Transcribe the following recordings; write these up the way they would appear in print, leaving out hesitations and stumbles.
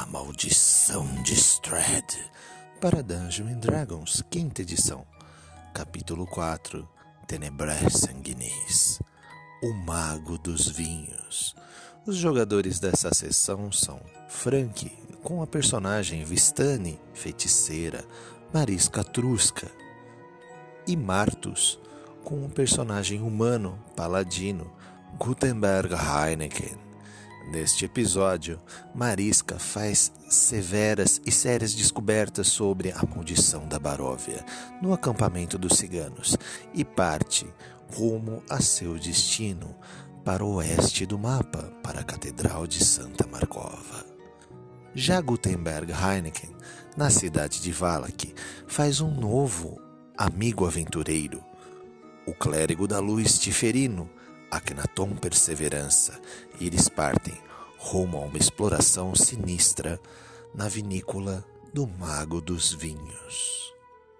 A Maldição de Strahd, para Dungeons & Dragons, 5ª edição, capítulo 4, Tenebres Sanguinis, o Mago dos Vinhos. Os jogadores dessa sessão são Frank, com a personagem Vistani, feiticeira, Mariska Trusca, e Martus, com o personagem humano, paladino, Gutenberg Heineken. Neste episódio, Mariska faz severas e sérias descobertas sobre a maldição da Baróvia no acampamento dos ciganos e parte rumo a seu destino para o oeste do mapa, para a Catedral de Santa Markova. Já Gutenberg Heineken, na cidade de Valak, faz um novo amigo aventureiro, o Clérigo da Luz Tiferino, Akhenaton Perseverança, e eles partem rumo a uma exploração sinistra na vinícola do Mago dos Vinhos.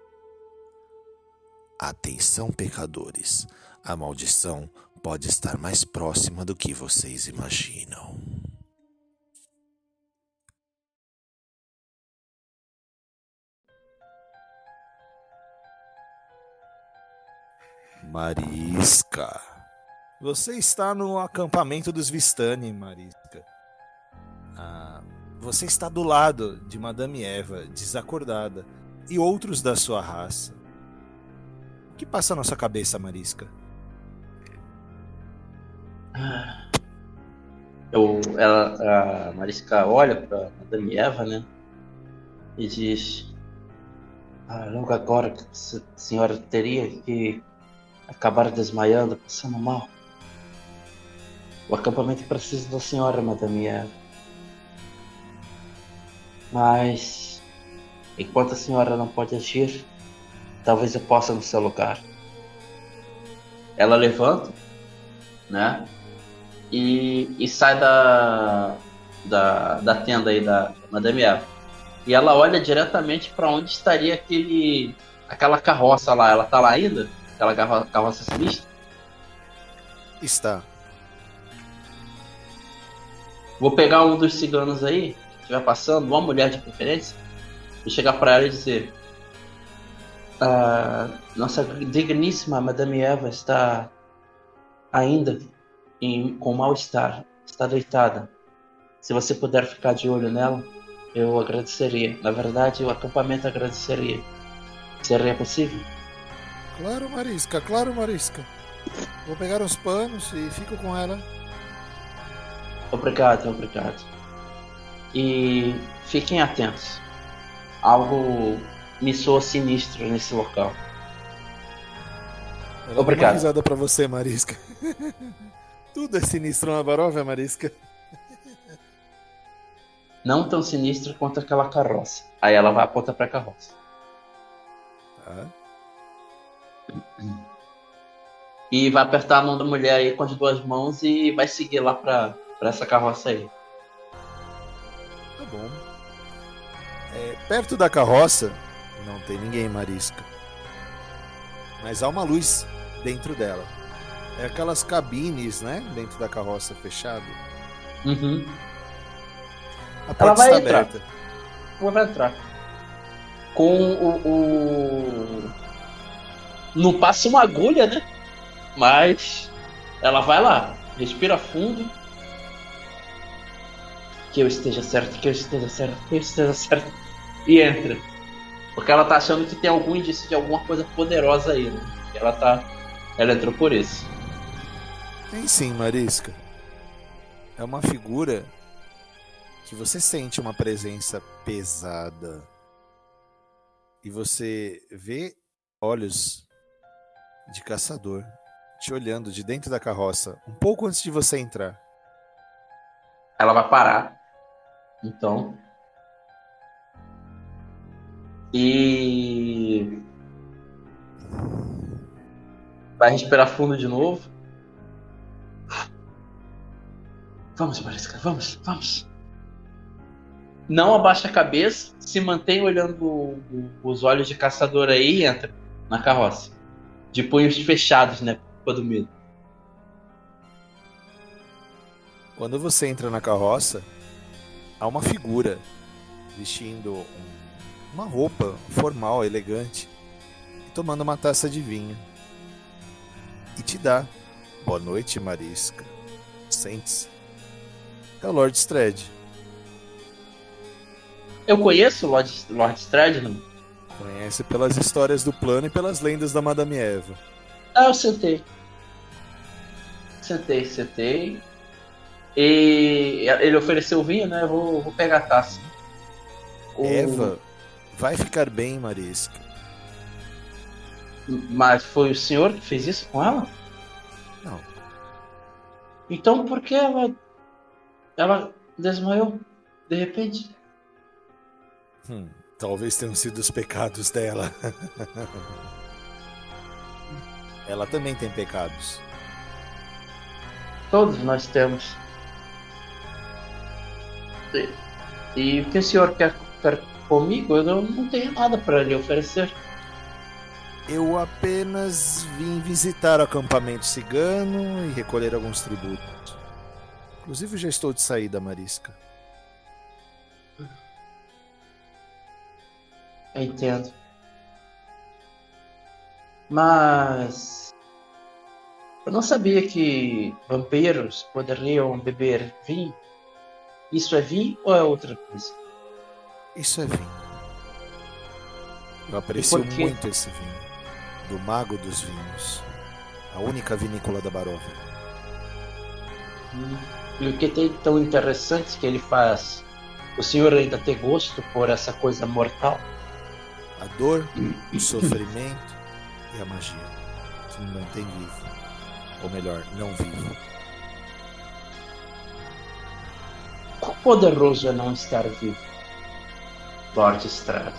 Atenção, pecadores, a maldição pode estar mais próxima do que vocês imaginam. Mariska. Você está no acampamento dos Vistani, Mariska. Você está do lado de Madame Eva, desacordada, e outros da sua raça. O que passa na sua cabeça, Mariska? A Mariska olha para Madame Eva, né? E diz: logo agora que a senhora teria que acabar desmaiando, passando mal. O acampamento precisa da senhora, Madame Eva. Mas, enquanto a senhora não pode agir, talvez eu possa no seu lugar. Ela levanta, né? E sai da tenda aí da Madame Eva. E ela olha diretamente para onde estaria aquela carroça lá. Ela tá lá ainda? Aquela carroça sinistra? Está. Vou pegar um dos ciganos aí, que estiver passando, uma mulher de preferência, e chegar para ela e dizer: nossa digníssima Madame Eva está ainda com mal-estar, está deitada. Se você puder ficar de olho nela, eu agradeceria. Na verdade, o acampamento agradeceria. Seria possível? Claro, Mariska. Vou pegar uns panos e fico com ela. Obrigado. E fiquem atentos. Algo me soa sinistro nesse local. Obrigado. Uma risada pra você, Mariska. Tudo é sinistro na Baróvia, Mariska. Não tão sinistro quanto aquela carroça. Aí ela vai apontar pra carroça. E vai apertar a mão da mulher aí com as duas mãos e vai seguir lá pra essa carroça aí. Tá bom. Perto da carroça não tem ninguém, Mariska. Mas há uma luz dentro dela. É aquelas cabines, né? Dentro da carroça fechada. Uhum. A porta está aberta. Ela vai entrar. Com não passa uma agulha, né? Mas ela vai lá, respira fundo. Que eu esteja certo. E entra. Porque ela tá achando que tem algum indício de alguma coisa poderosa aí, né? Ela entrou por isso. Tem sim, Mariska. É uma figura que você sente uma presença pesada. E você vê olhos de caçador te olhando de dentro da carroça, um pouco antes de você entrar. Ela vai parar. Então. E vai respirar fundo de novo. Vamos, Mariska, vamos. Não abaixa a cabeça, se mantém olhando os olhos de caçador aí e entra na carroça. De punhos fechados, né? Por culpa do medo. Quando você entra na carroça, há uma figura vestindo uma roupa formal, elegante, e tomando uma taça de vinho. E te dá: boa noite, Marisca. Sente-se. É o Lord Strad. Eu conheço o Lord Stradlin. Conhece pelas histórias do plano e pelas lendas da Madame Eva. Ah, eu sentei. Sentei. E ele ofereceu o vinho, né? Eu vou pegar a taça. Eva vai ficar bem, Marisca. Mas foi o senhor que fez isso com ela? Não. Então por que ela desmaiou de repente? Talvez tenham sido os pecados dela. Ela também tem pecados. Todos nós temos. E o que o senhor quer comigo? Eu não tenho nada para lhe oferecer. Eu apenas vim visitar o acampamento cigano e recolher alguns tributos. Inclusive, já estou de saída, Marisca. Eu entendo. Mas eu não sabia que vampiros poderiam beber vinho. Isso é vinho ou é outra coisa? Isso é vinho. Eu aprecio muito esse vinho. Do Mago dos Vinhos. A única vinícola da Baróvia. E o que tem tão interessante que ele faz o senhor ainda ter gosto por essa coisa mortal? A dor, o sofrimento e a magia que me mantém vivo. Ou melhor, não vivo. Quão poderoso é não estar vivo, Lord Strad?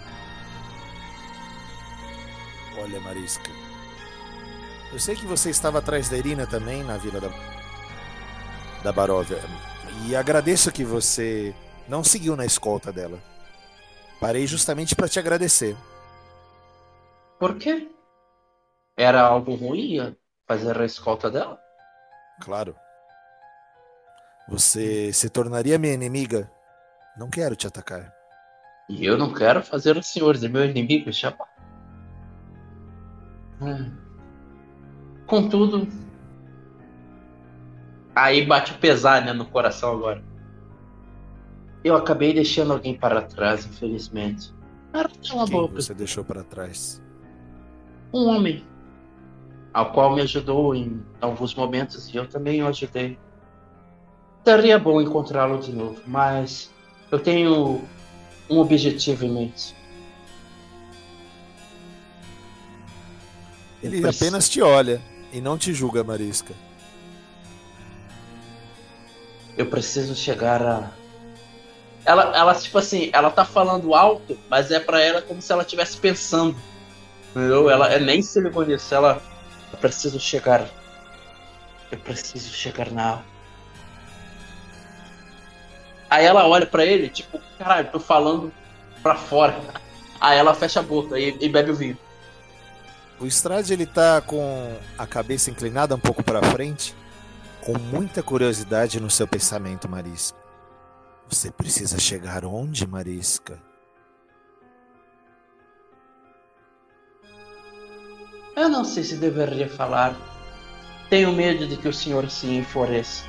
Olha, Marisca, eu sei que você estava atrás da Irina também na vila da Baróvia. E agradeço que você não seguiu na escolta dela. Parei justamente para te agradecer. Por quê? Era algo ruim fazer a escolta dela? Claro. Você se tornaria minha inimiga. Não quero te atacar. E eu não quero fazer o senhor de meu inimigo, chapa. Contudo, aí bate o pesar, né, no coração agora. Eu acabei deixando alguém para trás, infelizmente. Era uma Quem boa você deixou para trás? Um homem, ao qual me ajudou em alguns momentos e eu também o ajudei. Seria bom encontrá-lo de novo, mas eu tenho um objetivo em mente. Ele apenas te olha e não te julga, Marisca. Eu preciso chegar a... Ela, tipo assim, ela tá falando alto, mas é pra ela como se ela estivesse pensando. Entendeu? Ela nem se ligou nisso. Eu preciso chegar. Eu preciso chegar na... Aí ela olha pra ele, tipo, caralho, tô falando pra fora. Aí ela fecha a boca e bebe o vinho. O Strad, ele tá com a cabeça inclinada um pouco para frente, com muita curiosidade no seu pensamento, Marisca. Você precisa chegar onde, Marisca? Eu não sei se deveria falar. Tenho medo de que o senhor se enfureça.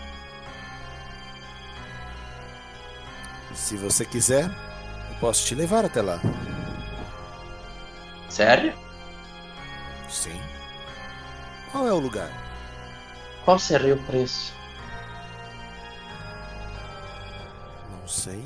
Se você quiser, eu posso te levar até lá. Sério? Sim. Qual é o lugar? Qual seria o preço? Não sei.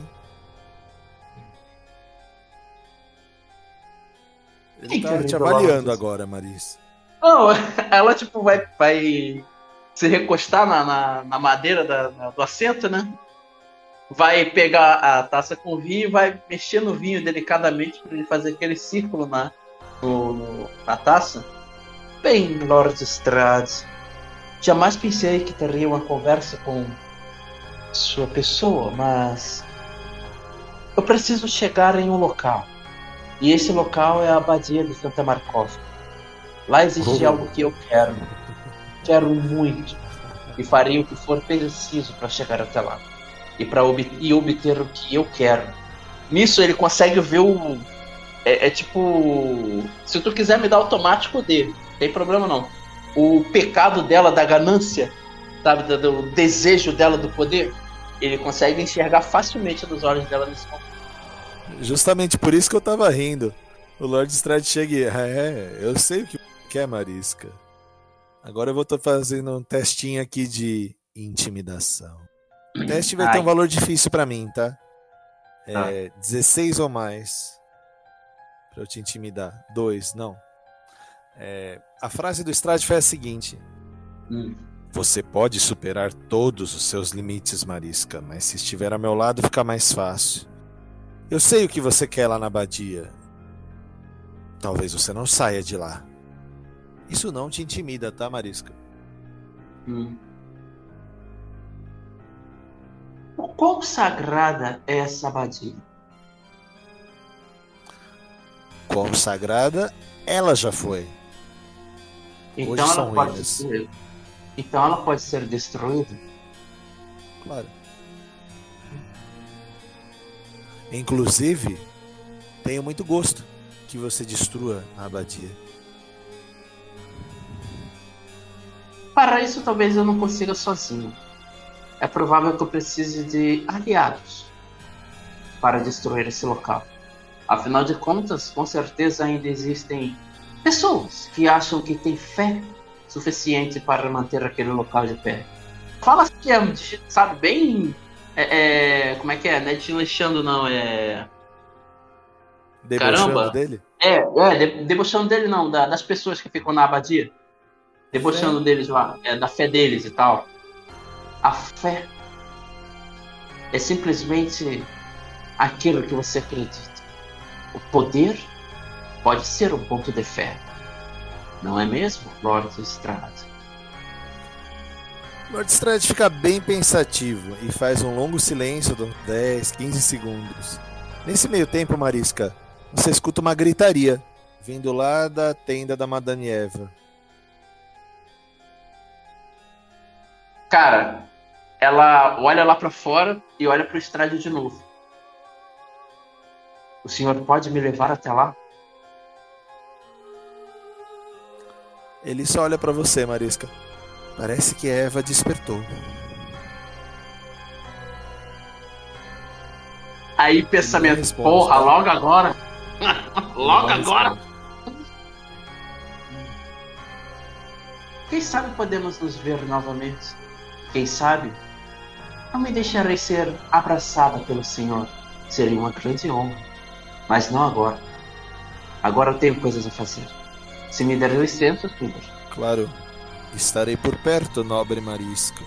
Ele tá te avaliando agora, Maris. Não, ela tipo vai se recostar na madeira do assento, né? Vai pegar a taça com vinho e vai mexer no vinho delicadamente para ele fazer aquele círculo na taça. Bem, Lord Strad, jamais pensei que teria uma conversa com sua pessoa, mas eu preciso chegar em um local. E esse local é a Abadia de Santa Marcos. Lá existe algo que eu quero. Quero muito. E farei o que for preciso para chegar até lá. e obter o que eu quero. Nisso ele consegue ver o... tipo... Se tu quiser me dar automático, dê. Não tem problema não. O pecado dela, da ganância, sabe? Do desejo dela do poder, ele consegue enxergar facilmente nos olhos dela nesse momento. Justamente por isso que eu tava rindo. O Lord Stride chega e... eu sei o que quer, Marisca. Agora eu vou estar fazendo um testinho aqui de intimidação. O teste vai ter um valor difícil pra mim, tá? 16 ou mais. Pra eu te intimidar. 2, não. A frase do Strade foi a seguinte. Você pode superar todos os seus limites, Marisca, mas se estiver ao meu lado fica mais fácil. Eu sei o que você quer lá na abadia. Talvez você não saia de lá. Isso não te intimida, tá, Marisca? O quão sagrada é essa abadia? Quão sagrada ela já foi. Então Hoje são ruínas. Então ela pode ser destruída? Claro. Inclusive, tenho muito gosto que você destrua a abadia. Para isso, talvez eu não consiga sozinho. É provável que eu precise de aliados para destruir esse local. Afinal de contas, com certeza ainda existem pessoas que acham que têm fé suficiente para manter aquele local de pé. Fala assim, sabe, bem... como é que é? Não é desleixando, não, Debochando Caramba. dele? Debochando dele não, das pessoas que ficam na abadia. Debochando deles lá, da fé deles e tal. A fé é simplesmente aquilo que você acredita. O poder pode ser um ponto de fé. Não é mesmo, Lord Strade? Lord Strade fica bem pensativo e faz um longo silêncio de 10, 15 segundos. Nesse meio tempo, Marisca, você escuta uma gritaria vindo lá da tenda da Madame Eva. Cara, ela olha lá pra fora e olha pro Strade de novo. O senhor pode me levar até lá? Ele só olha pra você, Marisca. Parece que Eva despertou. Aí pensamento, responde, porra, tá? logo agora? Logo agora? Quem sabe podemos nos ver novamente? Quem sabe? Não me deixarei ser abraçada pelo senhor. Seria uma grande honra. Mas não agora. Agora eu tenho coisas a fazer. Se me der licença, filho. Claro, estarei por perto, nobre Marisca.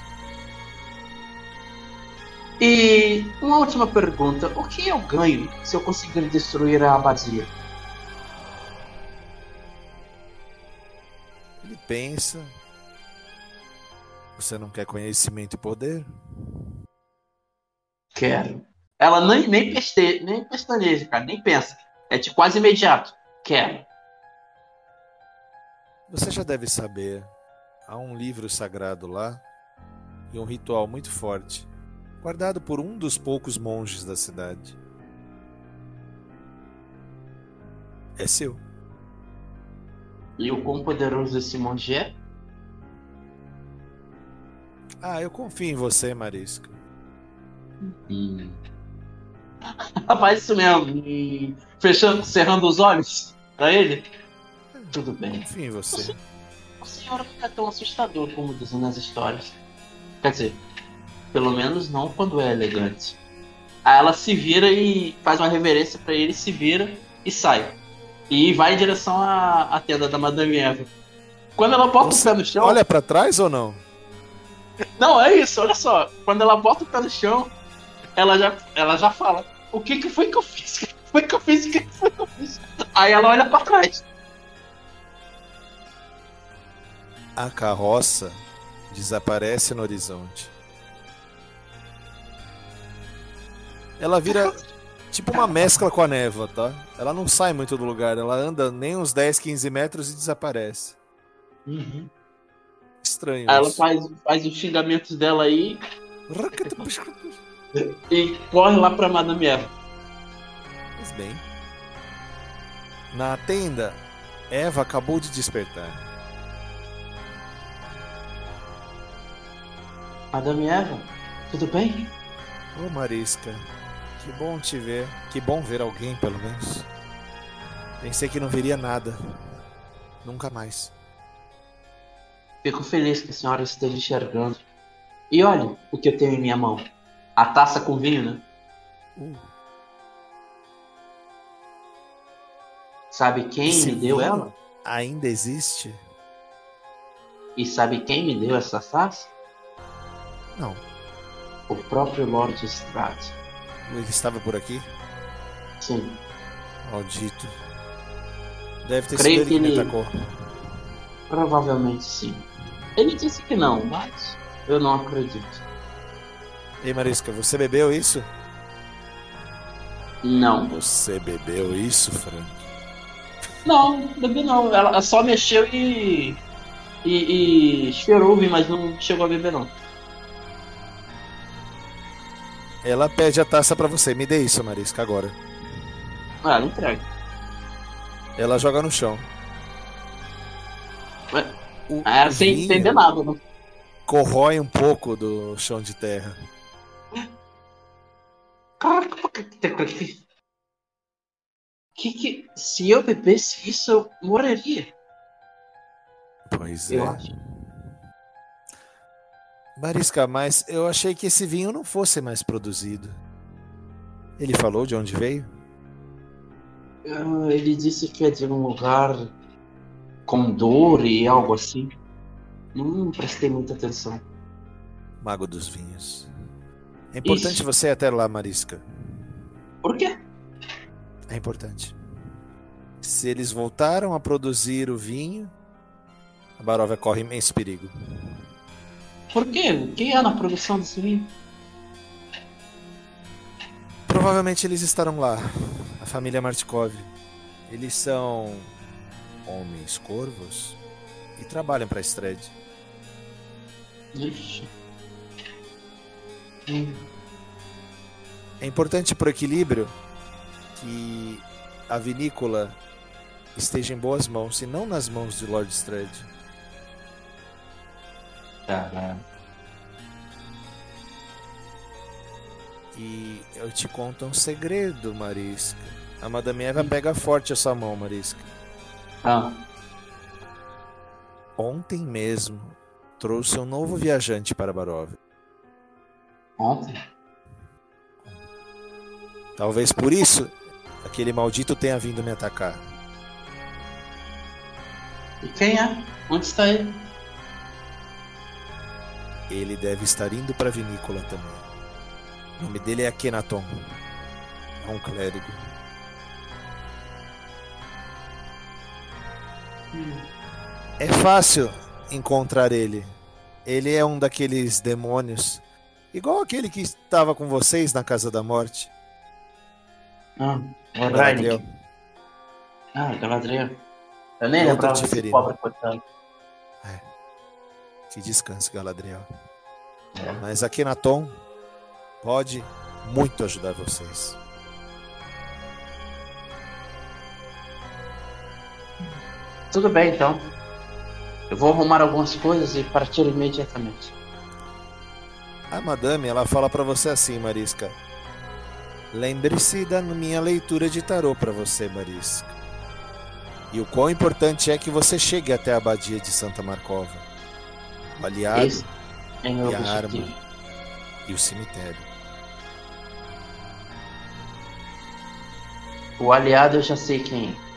E uma última pergunta. O que eu ganho se eu conseguir destruir a abadia? Ele pensa. Você não quer conhecimento e poder? Quero. Ela nem pestaneja, cara, nem pensa. É tipo quase imediato. Quero. Você já deve saber. Há um livro sagrado lá e um ritual muito forte, guardado por um dos poucos monges da cidade. É seu. E o quão poderoso esse monge é? Eu confio em você, Marisca. Rapaz, isso mesmo. Cerrando os olhos pra ele? Tudo bem. Confio em você. O senhor não é tão assustador como dizem nas histórias. Quer dizer, pelo menos não quando é elegante. Aí ela se vira e faz uma reverência pra ele, se vira e sai. E vai em direção à tenda da Madame Eva. Quando ela bota o pé no chão... Olha pra trás ou não? Não, é isso, olha só. Quando ela bota o pé no chão, ela já fala: o que foi que eu fiz? O que foi que eu fiz? O que foi que eu fiz? Aí ela olha pra trás. A carroça desaparece no horizonte. Ela vira tipo uma mescla com a névoa, tá? Ela não sai muito do lugar, ela anda nem uns 10, 15 metros e desaparece. Estranho. Aí isso. ela faz os xingamentos dela aí. e corre lá pra Madame Eva. Pois bem. Na tenda, Eva acabou de despertar. Madame Eva, tudo bem? Ô Marisca, que bom te ver. Que bom ver alguém, pelo menos. Pensei que não veria nada. Nunca mais. Fico feliz que a senhora esteja enxergando. E olha o que eu tenho em minha mão. A taça com vinho, né? Uh, Sabe quem esse me deu vinho ela? ainda existe? E sabe quem me deu essa taça? Não. O próprio Lord Strade. Ele estava por aqui? Sim. Maldito. Deve ter Creio sido ele que me que ele- atacou. Provavelmente sim. Ele disse que não, mas eu não acredito. Ei, Marisca, você bebeu isso? Não. Você bebeu isso, Frank? Não, bebi não. Ela só mexeu e cheirou o vinho, mas não chegou a beber não. Ela pede a taça pra você. Me dê isso, Marisca, agora. Ah, não entrega. Ela joga no chão. Ué, O sem vinho entender nada, né? corrói um pouco do chão de terra. Caraca, se eu bebesse isso, eu morreria. Pois Eu é. acho. Marisca, mas eu achei que esse vinho não fosse mais produzido. Ele falou de onde veio? Ele disse que é de um lugar com dor e algo assim. Não prestei muita atenção. Mago dos vinhos. É importante Isso. você ir até lá, Marisca. Por quê? É importante. Se eles voltaram a produzir o vinho, a Baróvia corre imenso perigo. Por quê? Quem é na produção desse vinho? Provavelmente eles estarão lá. A família Martikov. Eles são homens corvos e trabalham para Stred. Ixi. É importante pro equilíbrio que a vinícola esteja em boas mãos e não nas mãos de Lord Stred. Caralho. E eu te conto um segredo, Marisca. A Madame Eva pega forte a sua mão, Marisca. Ah, Ontem mesmo trouxe um novo viajante para Baróvia. ontem? Talvez por isso aquele maldito tenha vindo me atacar. E quem é? Onde está ele? Ele deve estar indo para a vinícola também. O nome dele é Akhenaton. É um clérigo. É fácil encontrar ele. Ele é um daqueles demônios, igual aquele que estava com vocês na Casa da Morte. Ah, o Galadriel. Rainik. Ah, Galadriel. Eu nem Outro lembrava desse Tiferino. pobre coitado. Que descanse, Galadriel. É. Mas Akhenaton pode muito ajudar vocês. Tudo bem, então. Eu vou arrumar algumas coisas e partir imediatamente. A madame, ela fala pra você assim, Marisca. Lembre-se da minha leitura de tarô pra você, Marisca. E o quão importante é que você chegue até a abadia de Santa Markova. O aliado Esse é meu e a objetivo. arma e o cemitério. O aliado eu já sei quem é.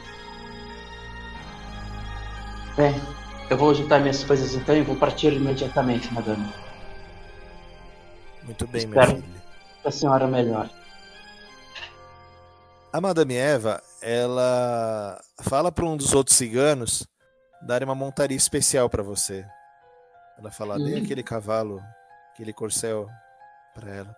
Bem, eu vou juntar minhas coisas então e vou partir imediatamente, madame. Muito bem, minha Espero filha. que a senhora melhore. A Madame Eva, ela fala para um dos outros ciganos darem uma montaria especial para você. Ela fala, dê aquele cavalo, aquele corcel para ela.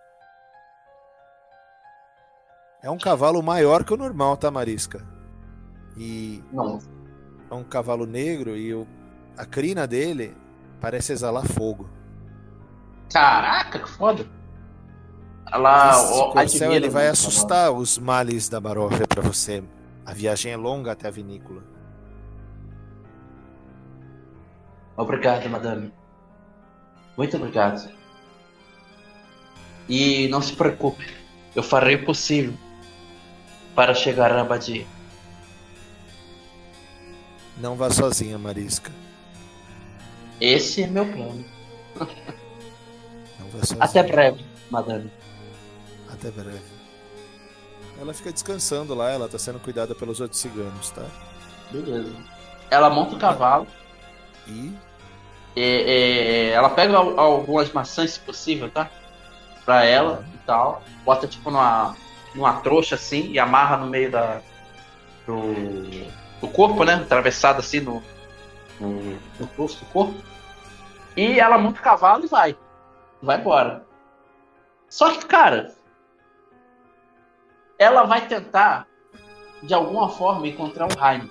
É um cavalo maior que o normal, tá, Marisca? E Não. é um cavalo negro e a crina dele parece exalar fogo. Caraca, que foda. Ela Esse corcel ele admira vai muito o cavalo. assustar os males da Baróvia para você. A viagem é longa até a vinícola. Obrigado, madame. Muito obrigado. E não se preocupe, eu farei o possível para chegar à abadia. Não vá sozinha, Marisca. Esse é meu plano. Não vá sozinha. Até breve, madame. Até breve. Ela fica descansando lá, ela tá sendo cuidada pelos outros ciganos, tá? Beleza. Ela monta o cavalo. E Ela pega algumas maçãs, se possível, tá? Pra ela e tal. Bota tipo numa trouxa assim e amarra no meio do corpo, né? Atravessado assim no torso do corpo. E ela monta o cavalo e vai. Vai embora. Só que, cara, ela vai tentar, de alguma forma, encontrar o Jaime.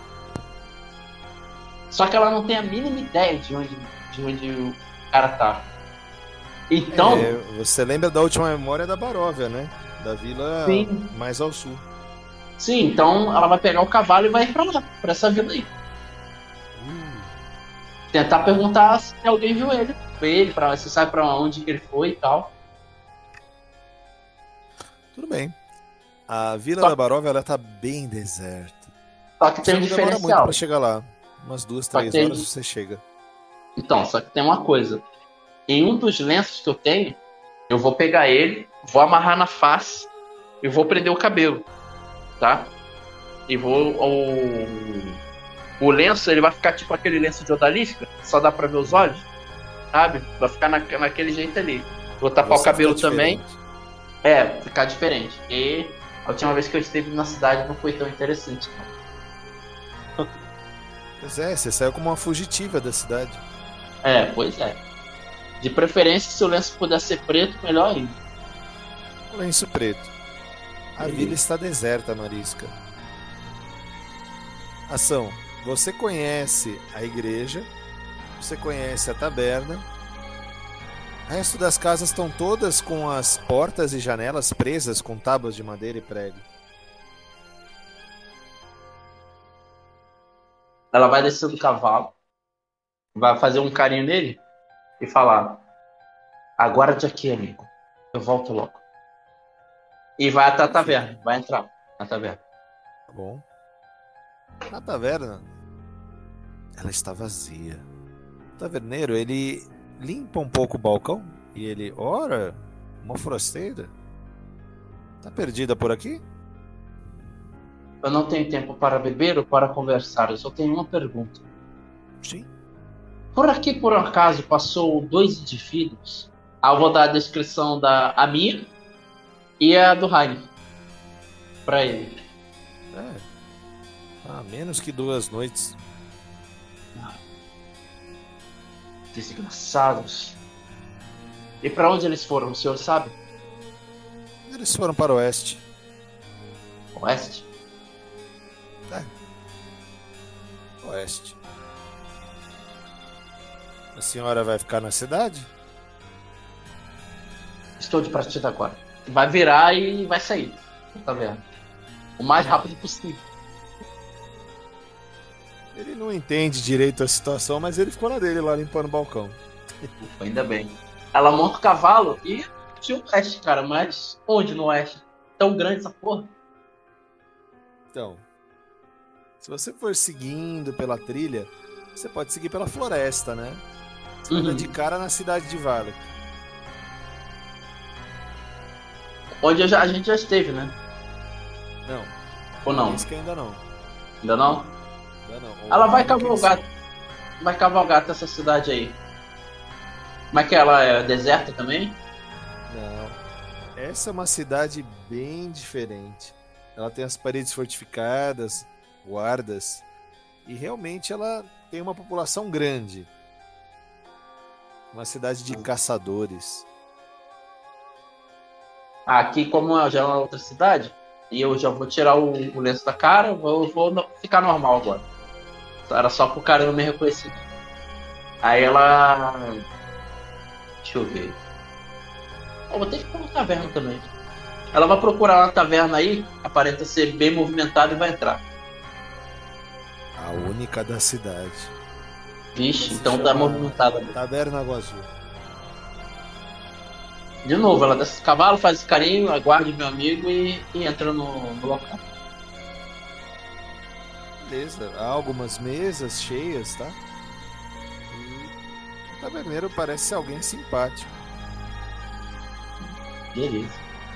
Só que ela não tem a mínima ideia de onde o cara tá. Então. Você lembra da última memória da Baróvia, né? Da vila Sim. mais ao sul. Sim, então ela vai pegar o cavalo e vai ir pra lá, pra essa vila aí. Tentar perguntar se alguém viu ele. Se sabe pra onde que ele foi e tal. Tudo bem. A vila da Baróvia, ela tá bem deserta. Só que tem um Você não demora muito diferencial. pra chegar lá. Umas 2, 3 horas você chega. Então, só que tem uma coisa. Em um dos lenços que eu tenho, eu vou pegar ele, vou amarrar na face e vou prender o cabelo, tá? E vou... O lenço, ele vai ficar tipo aquele lenço de odalisca, só dá pra ver os olhos, sabe? Vai ficar naquele jeito ali. Vou tapar o cabelo também. Ficar diferente. E a última vez que eu esteve na cidade não foi tão interessante, não. Pois é, você saiu como uma fugitiva da cidade. Pois é. De preferência, se o lenço puder ser preto, melhor ainda. O lenço preto. A vila está deserta, Marisca. Ação. Você conhece a igreja, você conhece a taberna. O resto das casas estão todas com as portas e janelas presas com tábuas de madeira e prego. Ela vai descer do cavalo, vai fazer um carinho nele e falar: aguarde aqui, amigo. Eu volto logo. E vai até a taverna. Vai entrar na taverna. Tá bom. Na taverna, ela está vazia. O taverneiro, ele limpa um pouco o balcão e ele, ora, uma forasteira. Tá perdida por aqui? Eu não tenho tempo para beber ou para conversar. Eu só tenho uma pergunta. Sim. Por aqui, por acaso, passou 2 indivíduos? Eu vou dar a descrição a minha e a do Jaime para ele. Menos que 2 noites. Desgraçados. E para onde eles foram, o senhor sabe? Eles foram para o oeste. Oeste? Oeste. A senhora vai ficar na cidade? Estou de partida agora. Vai virar e vai sair. Tá vendo? O mais rápido possível. Ele não entende direito a situação, mas ele ficou na dele lá limpando o balcão. Ainda bem. Ela monta o cavalo e tinha o oeste, cara. Mas onde no oeste? Tão grande essa porra. Então, se você for seguindo pela trilha, você pode seguir pela floresta, né? Você vai dar de cara na cidade de Valak. Onde a gente já esteve, né? Não. Ou não? Isso que ainda não. Ainda não? Ainda não. Ela vai cavalgar. Vai cavalgar até essa cidade aí. Como é que ela é deserta também? Não. Essa é uma cidade bem diferente. Ela tem as paredes fortificadas, guardas, e realmente ela tem uma população grande. Uma cidade de caçadores. Aqui, como já é uma outra cidade, e eu já vou tirar o lenço da cara, eu vou ficar normal agora. Era só pro cara não me reconhecer. Aí ela... Deixa eu ver. Eu vou ter que ir pra uma taverna também. Ela vai procurar uma taverna aí, aparenta ser bem movimentada e vai entrar. A única da cidade. Vixe, Se então tá chama movimentada. Taverna Água Azul. De novo, ela desce esse cavalo, faz esse carinho, aguarde meu amigo e entra no local. Beleza, há algumas mesas cheias, tá? E o taverneiro parece ser alguém simpático. Beleza.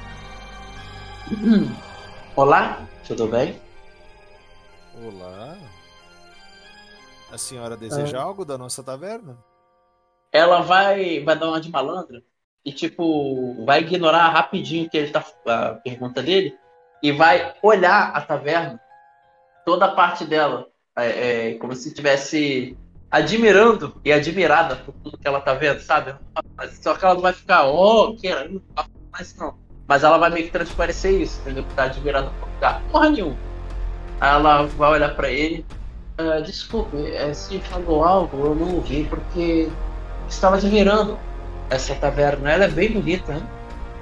Olá, tudo bem? Olá. A senhora deseja algo da nossa taverna? Ela vai dar uma de malandra e, tipo, vai ignorar rapidinho que ele tá, a pergunta dele e vai olhar a taverna, toda a parte dela, como se estivesse admirando e admirada por tudo que ela tá vendo, sabe? Só que ela não vai ficar, que não vai falar isso não. Mas ela vai meio que transparecer isso, entendeu? Tá admirada por lugar. Porra nenhuma. Aí ela vai olhar pra ele. Desculpe, se falou algo, eu não ouvi, porque estava admirando essa taverna. Ela é bem bonita, né?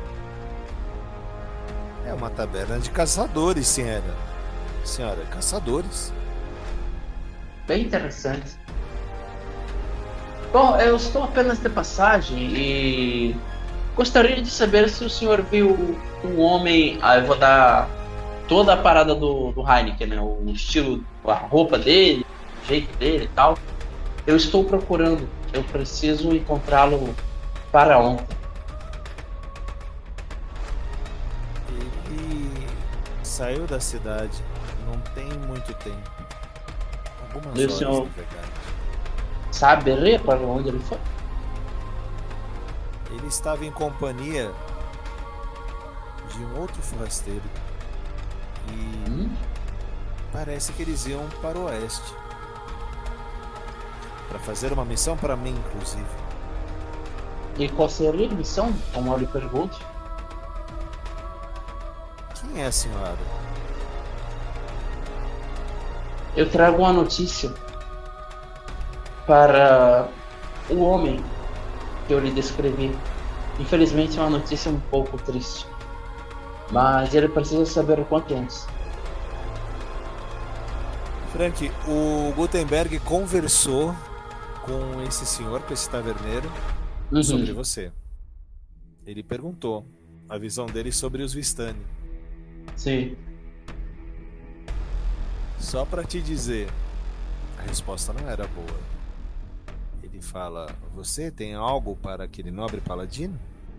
É uma taverna de caçadores, senhora. Senhora, caçadores. Bem interessante. Bom, eu estou apenas de passagem e gostaria de saber se o senhor viu um homem. Eu vou dar toda a parada do Heineken, né? O estilo, a roupa dele, o jeito dele e tal. Eu estou procurando. Eu preciso encontrá-lo para ontem. Ele saiu da cidade não tem muito tempo. Algumas E o horas, senhor na verdade. sabe para onde ele foi? Ele estava em companhia de um outro forasteiro. E parece que eles iam para o oeste. Para fazer uma missão para mim, inclusive. E qual seria a missão? Como eu lhe pergunto. Quem é a senhora? Eu trago uma notícia para o homem que eu lhe descrevi. Infelizmente é uma notícia um pouco triste. Mas ele precisa saber o quanto antes. Frank, o Gutenberg conversou com esse senhor, com esse taverneiro, sobre você. Ele perguntou a visão dele sobre os Vistani. Sim. Só pra te dizer, a resposta não era boa. Ele fala: você tem algo para aquele nobre paladino?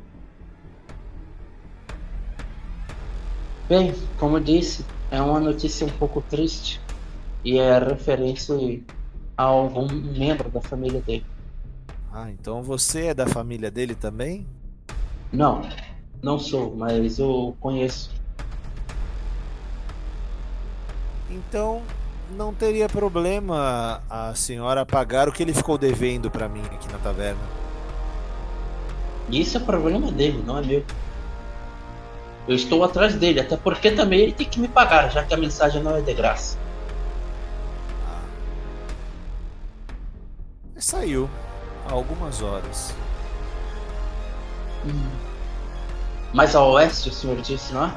Bem, como eu disse, é uma notícia um pouco triste. E é referência a algum membro da família dele. Ah, então você é da família dele também? Não, não sou, mas eu conheço. Então não teria problema a senhora pagar o que ele ficou devendo pra mim aqui na taverna. Isso é problema dele, não é meu. Eu estou atrás dele, até porque também ele tem que me pagar, já que a mensagem não é de graça. Saiu há algumas horas. Mas a oeste, o senhor disse, não é?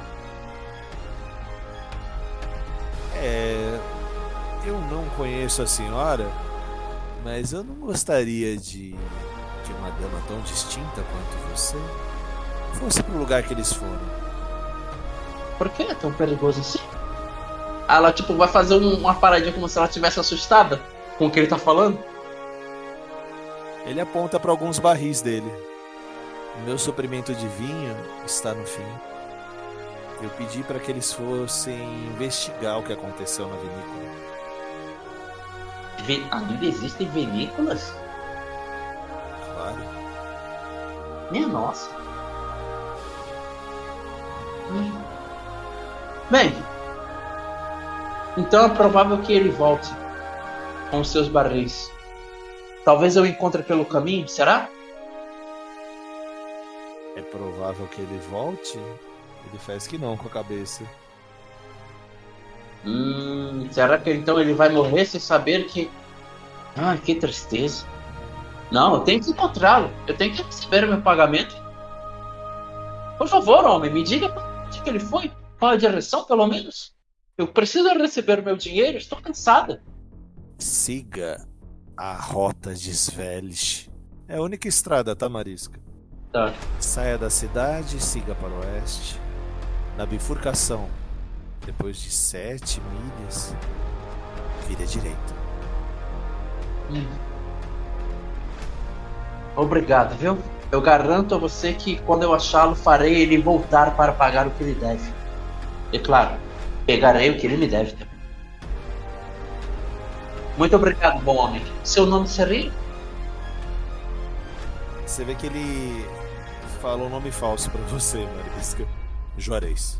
Eu não conheço a senhora, mas eu não gostaria de uma dama tão distinta quanto você fosse pro lugar que eles foram. Por que é tão perigoso assim? Ela, tipo, vai fazer uma paradinha como se ela estivesse assustada com o que ele tá falando? Ele aponta para alguns barris dele. O meu suprimento de vinho está no fim. Eu pedi para que eles fossem investigar o que aconteceu na vinícola. Ainda existem vinícolas? Claro. Minha nossa. Bem, então é provável que ele volte com os seus barris. Talvez eu encontre pelo caminho, será? É provável que ele volte? Ele faz que não com a cabeça. Será que então ele vai morrer sem saber que... Ah, que tristeza. Não, eu tenho que encontrá-lo. Eu tenho que receber o meu pagamento. Por favor, homem, me diga para onde que ele foi. Qual a direção, pelo menos? Eu preciso receber meu dinheiro, estou cansada. Siga a rota de Svelish. É a única estrada, tá, Marisca? Tá. Saia da cidade, siga para o oeste. Na bifurcação, depois de 7 milhas, vire à direita. Obrigado, viu? Eu garanto a você que quando eu achá-lo, farei ele voltar para pagar o que ele deve. E claro, pegarei o que ele me deve também. Muito obrigado, bom homem. Seu nome seria? Você vê que ele falou um nome falso pra você, Marisca. Juarez.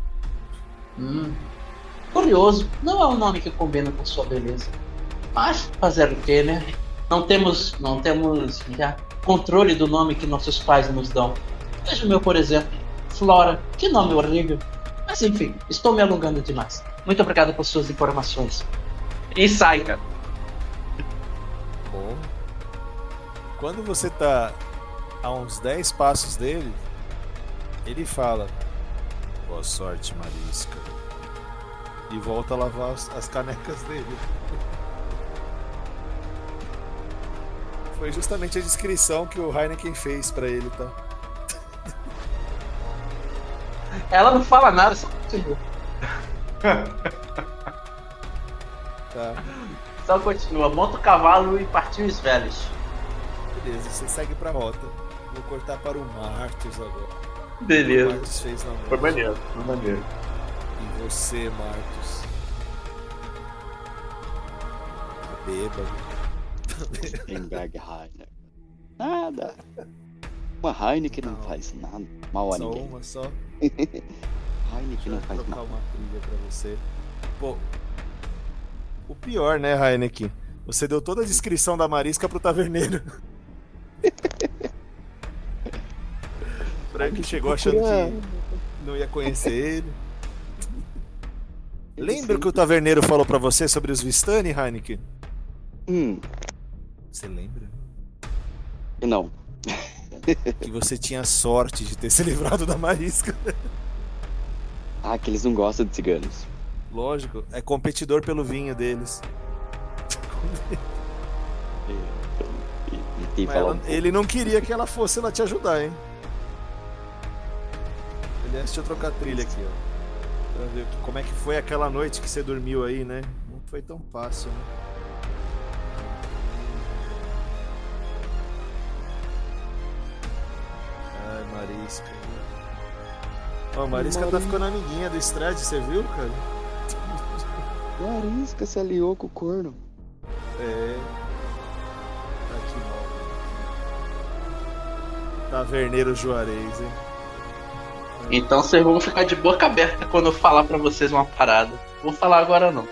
Curioso. Não é um nome que combina com sua beleza. Mas fazer o quê, né? Não temos já, controle do nome que nossos pais nos dão. Veja o meu, por exemplo. Flora. Que nome horrível. Mas enfim, estou me alongando demais. Muito obrigado por suas informações. E sai, cara. Bom. Quando você tá a uns 10 passos dele, ele fala: boa sorte, Marisca. E volta a lavar as canecas dele. Foi justamente a descrição que o Heineken fez pra ele, tá? Ela não fala nada, só continua. Tá. Só continua. Monta o cavalo e partiu os velhos. Beleza, você segue pra rota. Vou cortar para o Martus agora. Beleza. O Martus fez na noite. Foi maneiro, foi maneiro. E você, Martus? Tá bêbado. Strindberg Heineken. Nada. Uma Heineken não faz nada mal a Só ninguém. uma só. Heineken não Deixa eu faz tocar mal. uma trilha pra você. Pô, o pior, né, Heineken? Você deu toda a descrição da Marisca pro taverneiro. Frank chegou achando que não ia conhecer ele. Lembra o que o taverneiro falou pra você sobre os Vistani, Heineken? Você lembra? Não. Que você tinha sorte de ter se livrado da Marisca. Ah, que eles não gostam de ciganos. Lógico, é competidor pelo vinho deles. E Mas ele não queria que ela fosse lá te ajudar, hein? Aliás, deixa eu trocar a trilha aqui, ó. Pra ver como é que foi aquela noite que você dormiu aí, né? Não foi tão fácil, né? Ai, Marisca. Ó, a Marisca tá ficando amiguinha do Strad, você viu, cara? Marisca se aliou com o corno. É. Tá aqui, mal. Taverneiro Juarez, hein? Então vocês vão ficar de boca aberta quando eu falar pra vocês uma parada. Vou falar agora não.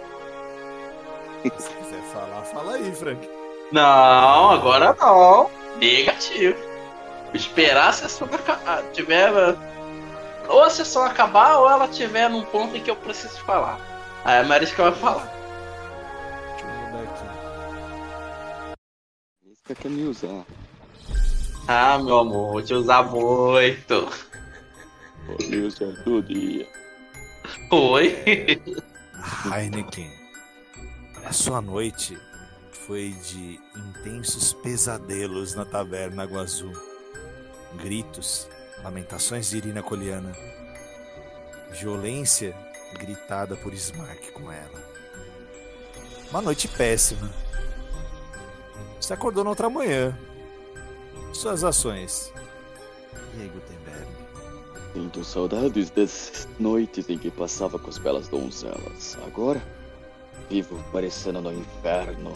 Se quiser falar, fala aí, Frank. Não, agora não. Negativo. Esperar a sessão tiver. Ou a sessão acabar ou ela tiver num ponto em que eu preciso falar. Aí a Marisca vai falar. Deixa eu mudar aqui. Marisca quer me usar. Ah, meu amor, vou te usar muito. Vou me usar todo dia. Oi? Heineken, a sua noite foi de intensos pesadelos na taverna Água Azul. Gritos, lamentações de Irina Coliana. Violência gritada por Smark com ela. Uma noite péssima. Você acordou na outra manhã. Suas ações. E aí, Gutenberg? Sinto saudades das noites em que passava com as belas donzelas. Agora, vivo parecendo no inferno.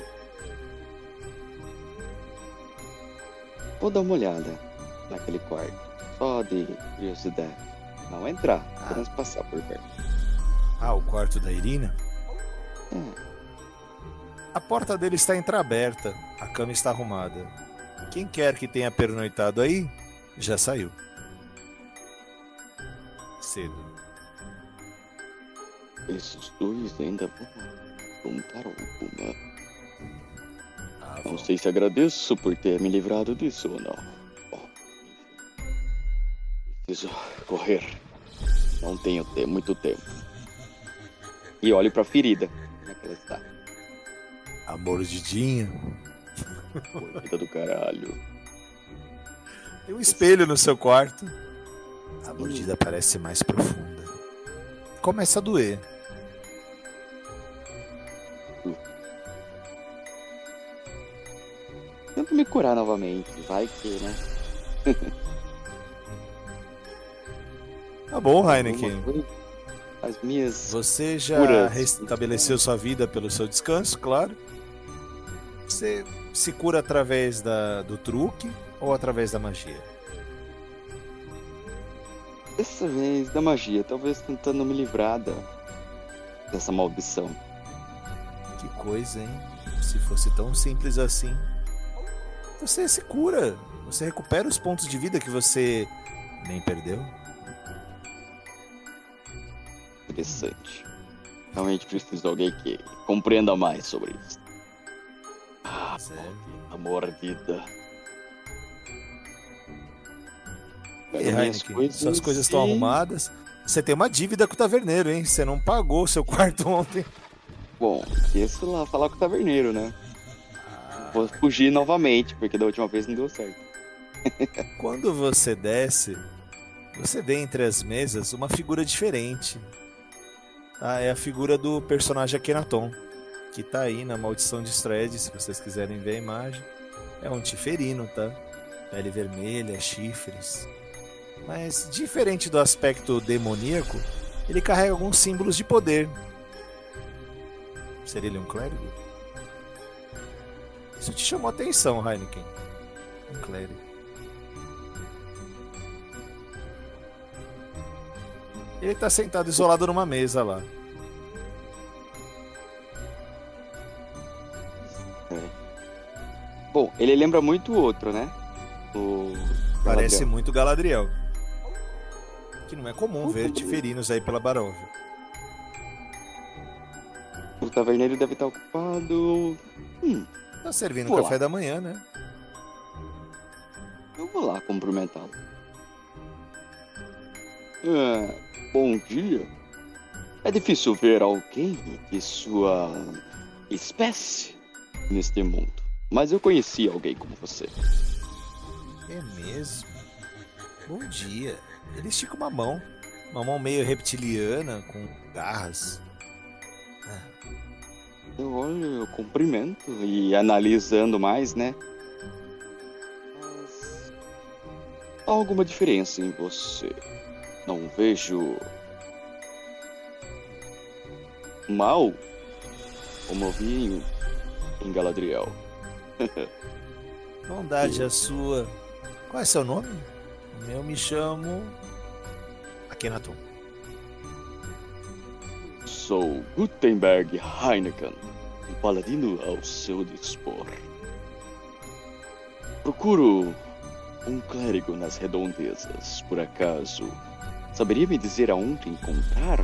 Vou dar uma olhada naquele quarto. Só de curiosidade. Não entrar, apenas passar por perto. Ah, o quarto da Irina? É, A porta dele está entreaberta. A cama está arrumada. Quem quer que tenha pernoitado aí, já saiu. Cedo. esses dois ainda vão juntar alguma. Ah, Não bom. sei se agradeço por ter me livrado disso ou não. Bom, enfim. Preciso correr. Não tenho muito tempo. E olho pra ferida. Como é que ela está? A mordidinha. Mordida do caralho. Tem um espelho no seu quarto. A mordida parece mais profunda. Começa a doer. Tento me curar novamente. Vai que, né? Tá bom, Heineken. As minhas Você já curas restabeleceu sua vida pelo seu descanso, claro. Você se cura através do truque ou através da magia? Dessa vez da magia, talvez tentando me livrar dessa maldição. Que coisa, hein? Se fosse tão simples assim. Você se cura. Você recupera os pontos de vida que você nem perdeu. Interessante. Realmente preciso de alguém que compreenda mais sobre isso. Sério? A mordida. E aí, Heineken, suas coisas estão arrumadas. Você tem uma dívida com o taverneiro, hein? Você não pagou o seu quarto ontem. Bom, esqueço lá falar com o taverneiro, né? Vou fugir novamente, porque da última vez não deu certo. Quando você desce, você vê entre as mesas uma figura diferente. É a figura do personagem Akhenaton, que tá aí na Maldição de Strahd, se vocês quiserem ver a imagem. É um tiferino, tá? Pele vermelha, chifres. Mas, diferente do aspecto demoníaco, ele carrega alguns símbolos de poder. Seria ele um clérigo? Isso te chamou a atenção, Heineken. Um clérigo. Ele tá sentado isolado numa mesa lá. Bom, ele lembra muito o outro, né? Parece Galadriel. muito Galadriel. Que não é comum ver tiferinos aí pela Baróvia. O taverneiro deve estar ocupado. Tá servindo Vou café lá. da manhã, né? Eu vou lá cumprimentá-lo. Bom dia. É difícil ver alguém de sua espécie neste mundo. Mas eu conheci alguém como você. É mesmo? Bom dia. Ele estica uma mão meio reptiliana, com garras. Eu olho, eu cumprimento e analisando mais, né? Mas há alguma diferença em você. Não vejo mal como eu vi em Galadriel. Bondade a sua. Qual é seu nome? Eu me chamo Akhenaton. Sou Gutenberg Heineken, um paladino ao seu dispor. Procuro um clérigo nas redondezas. Por acaso, saberia me dizer aonde encontrar?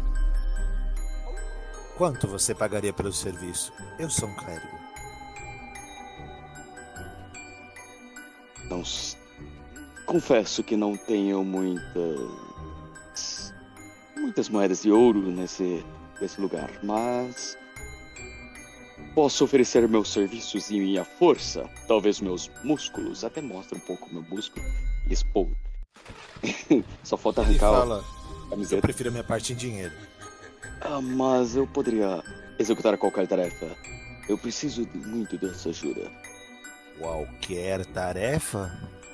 Quanto você pagaria pelo serviço? Eu sou um clérigo. Não, confesso que não tenho muitas moedas de ouro nesse lugar, mas posso oferecer meus serviços e minha força, talvez meus músculos, até mostra um pouco meu músculo e expor. Só falta Ele arrancar fala, a eu camiseta. prefiro a minha parte em dinheiro. Mas eu poderia executar qualquer tarefa. Eu preciso muito dessa ajuda. Qualquer tarefa?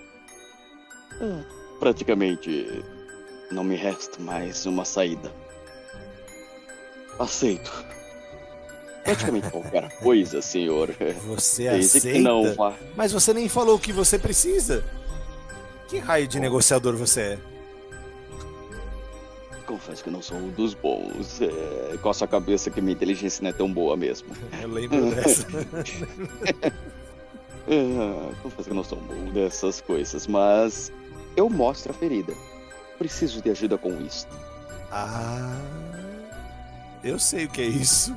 Praticamente não me resta mais uma saída. Aceito. Praticamente qualquer coisa, senhor. Você Desde aceita? que não vá. Mas você nem falou o que você precisa. Que raio de negociador você é? Confesso que não sou um dos bons. Com a sua cabeça que minha inteligência não é tão boa mesmo. Eu lembro dessa. Confesso que não sou bom dessas coisas, mas eu mostro a ferida. Preciso de ajuda com isso. Eu sei o que é isso.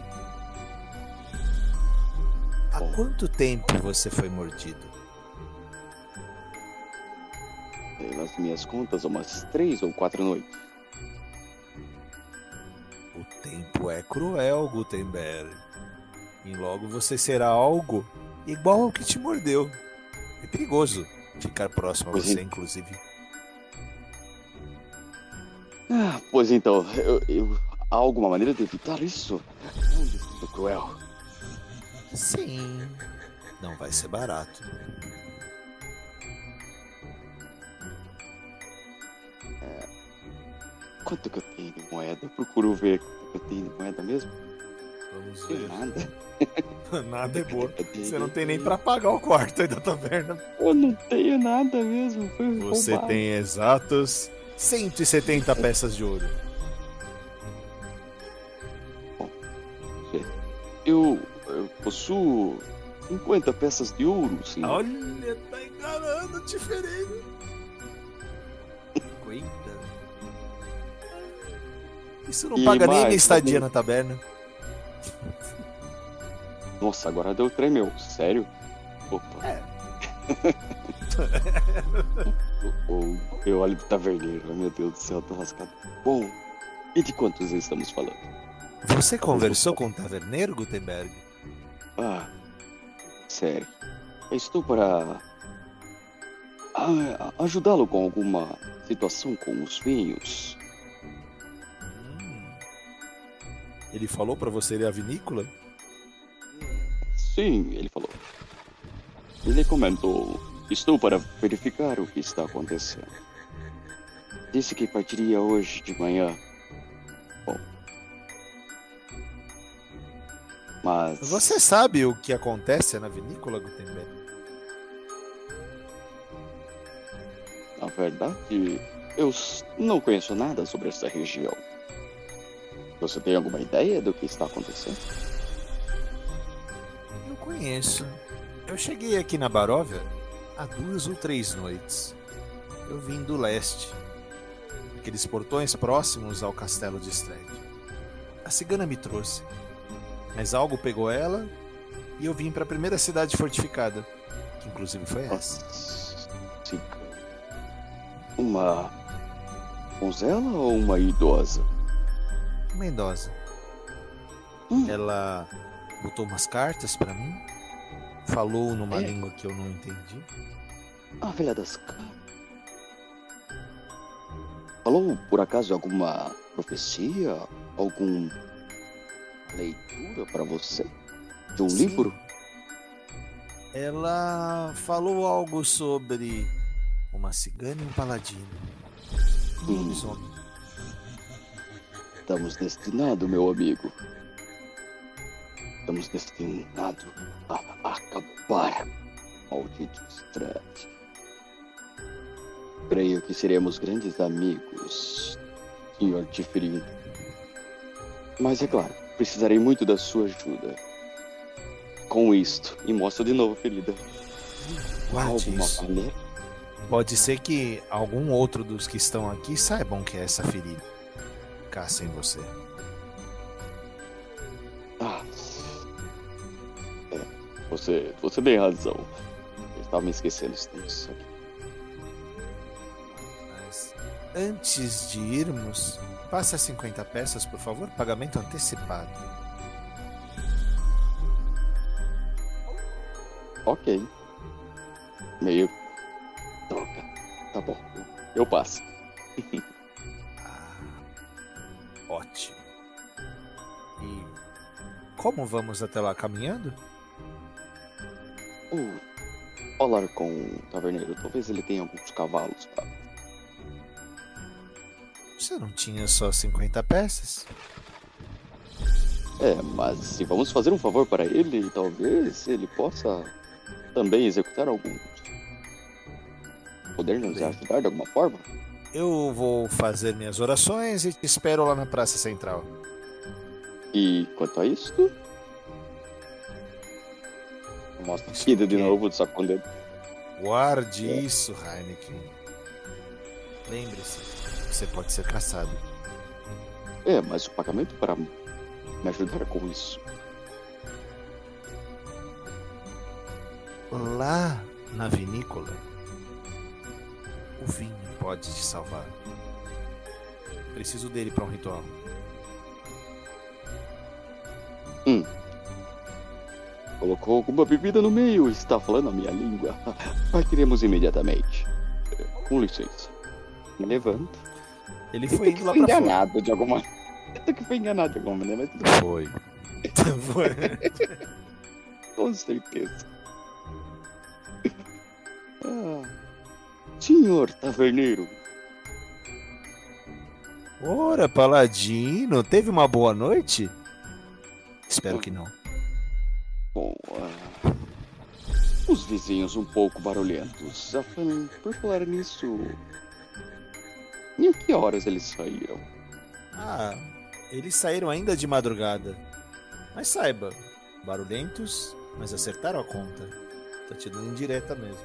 Há quanto tempo você foi mordido? pelas minhas contas, umas 3 ou 4 noites. O tempo é cruel, Gutenberg. E logo você será algo igual ao que te mordeu. É perigoso ficar próximo a você, inclusive. Pois então, há alguma maneira de evitar isso? É um destino cruel. Sim, não vai ser barato. Quanto que eu tenho de moeda? Eu procuro ver quanto que eu tenho de moeda mesmo. Vamos Tem ver. nada. Nada é boa. Você não tem nem pra pagar o quarto aí da taverna. Eu não tenho nada mesmo. Foi Você roubado. tem exatos 170 peças de ouro. Eu possuo 50 peças de ouro, sim. Olha, tá enganando, Tiferino. 50? Isso não E paga nem a mais, minha estadia também. na taberna. Nossa, agora deu tremeu. Sério? Opa. É. Eu olho pro taverneiro. Meu Deus do céu, tô lascado. Bom, e de quantos estamos falando? Você conversou com o taverneiro, Gutenberg? Sério. Eu estou para ajudá-lo com alguma situação com os vinhos. Ele falou pra você ir à vinícola? Sim, ele falou. Ele comentou: estou para verificar o que está acontecendo. Disse que partiria hoje de manhã. Bom. Mas. Você sabe o que acontece na vinícola, Gutenberg? Na verdade, eu não conheço nada sobre essa região. Você tem alguma ideia do que está acontecendo? Eu conheço. Eu cheguei aqui na Baróvia há 2 ou 3 noites. Eu vim do leste, aqueles portões próximos ao castelo de Stred. A cigana me trouxe, mas algo pegou ela e eu vim para a primeira cidade fortificada, que inclusive foi essa. Cigana. Uma donzela ou uma idosa? Uma idosa. Ela botou umas cartas para mim, falou numa língua que eu não entendi. A velha das cartas. Falou por acaso alguma profecia? Alguma leitura para você? De um Sim. livro? Ela falou algo sobre uma cigana e um paladino. Um lobisomem. Estamos destinados, meu amigo. Estamos destinados a acabar. Maldito Stred. Creio que seremos grandes amigos, Sr. Tiferino. Mas é claro, precisarei muito da sua ajuda. Com isto, e mostro de novo a ferida. Guarde Alguma isso. maneira? Pode ser que algum outro dos que estão aqui saibam que é essa ferida. Caçem você. Você tem razão. Eu estava me esquecendo disso aqui. Mas antes de irmos, passe as 50 peças, por favor. Pagamento antecipado. Ok. Meio. Droga. Tá bom. Eu passo. Ótimo. E como vamos até lá? Caminhando? Falar com o taverneiro. Talvez ele tenha alguns cavalos. Tá? Você não tinha só 50 peças? Mas se vamos fazer um favor para ele, talvez ele possa também executar alguns. Poder nos ajudar de alguma forma? Eu vou fazer minhas orações e te espero lá na Praça Central. E quanto a isto? Mostra a ferida de novo do saco com dedo. Guarde isso, Heineken. Lembre-se, você pode ser caçado. Mas o pagamento para me ajudar com isso. Lá na vinícola, o O vinho pode te salvar. Preciso dele para um ritual. Colocou alguma bebida no meio, está falando a minha língua. Partiremos imediatamente. Com licença. Me levanta. Ele foi indo lá Fui pra fora. enganado de alguma maneira. Que foi enganado de alguma maneira, mas tudo bem. Foi. Com certeza. Senhor taverneiro. Ora, Paladino, teve uma boa noite? Espero que não. Bom, os vizinhos um pouco barulhentos. Por falar nisso, em que horas eles saíram? Eles saíram ainda de madrugada. Mas saiba, barulhentos, mas acertaram a conta. Tá te dando indireta mesmo.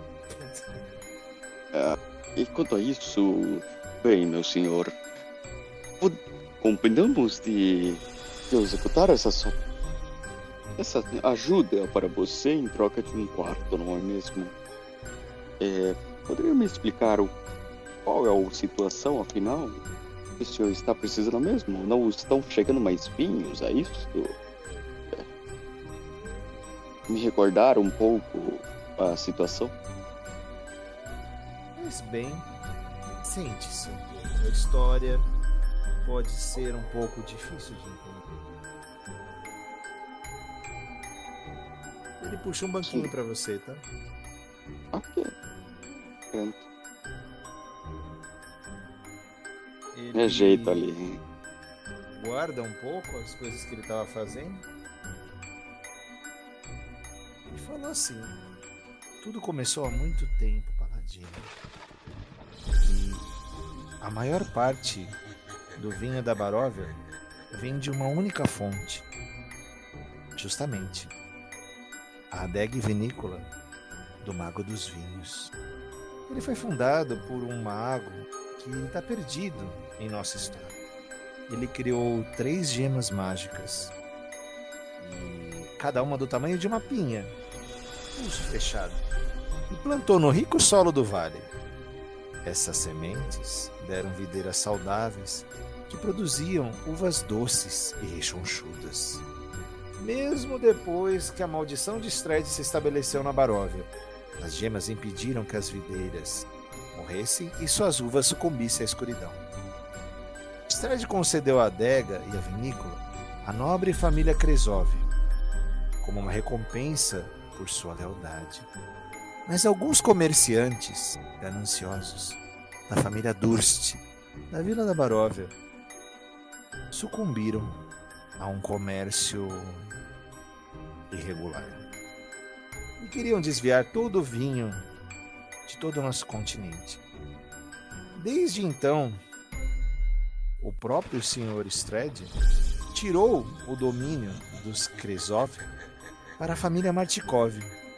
E quanto a isso, bem, meu senhor, combinamos de executar essa ajuda para você em troca de um quarto, não é mesmo? Poderia me explicar qual é a situação, afinal? O senhor está precisando mesmo? Não estão chegando mais vinhos, é isso? Me recordar um pouco a situação? Mas bem, sente-se. A história pode ser um pouco difícil de entender. Ele puxa um banquinho pra você, tá? Ok. Pronto. Ele Ajeita ali. guarda um pouco as coisas que ele estava fazendo. Ele falou assim: tudo começou há muito tempo, Paladino. E a maior parte do vinho da Baróvia vem de uma única fonte. Justamente, a adega vinícola do Mago dos Vinhos. Ele foi fundado por um mago que está perdido em nossa história. Ele criou 3 gemas mágicas, e cada uma do tamanho de uma pinha, pulso fechado, e plantou no rico solo do vale. Essas sementes deram videiras saudáveis que produziam uvas doces e rechonchudas. Mesmo depois que a maldição de Strahd se estabeleceu na Baróvia, as gemas impediram que as videiras morressem e suas uvas sucumbissem à escuridão. Strahd concedeu a adega e a vinícola à nobre família Kresov, como uma recompensa por sua lealdade. Mas alguns comerciantes gananciosos da família Durst, da vila da Baróvia, sucumbiram a um comércio irregular e queriam desviar todo o vinho de todo o nosso continente. Desde então, o próprio Sr. Strahd tirou o domínio dos Kresov para a família Martikov,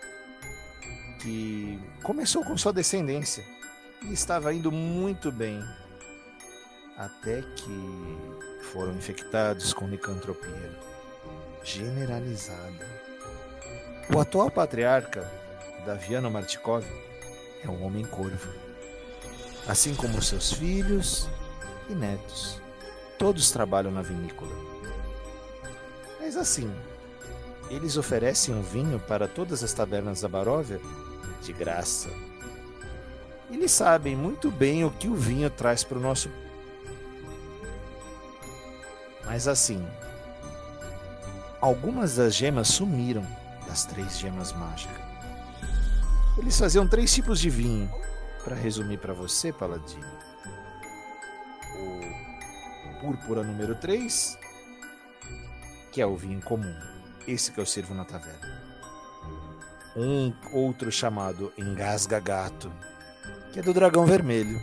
que começou com sua descendência e estava indo muito bem, até que foram infectados com licantropia generalizada. O atual patriarca, Daviano Martikov, é um homem corvo, assim como seus filhos e netos. Todos trabalham na vinícola. Mas assim, eles oferecem um vinho para todas as tabernas da Baróvia de graça. Eles sabem muito bem o que o vinho traz para o nosso... Mas assim, algumas das gemas sumiram das 3 gemas mágicas. Eles faziam 3 tipos de vinho, para resumir para você, Paladino. O púrpura número 3, que é o vinho comum, esse que eu sirvo na taverna. Um outro chamado Engasga Gato, que é do dragão vermelho.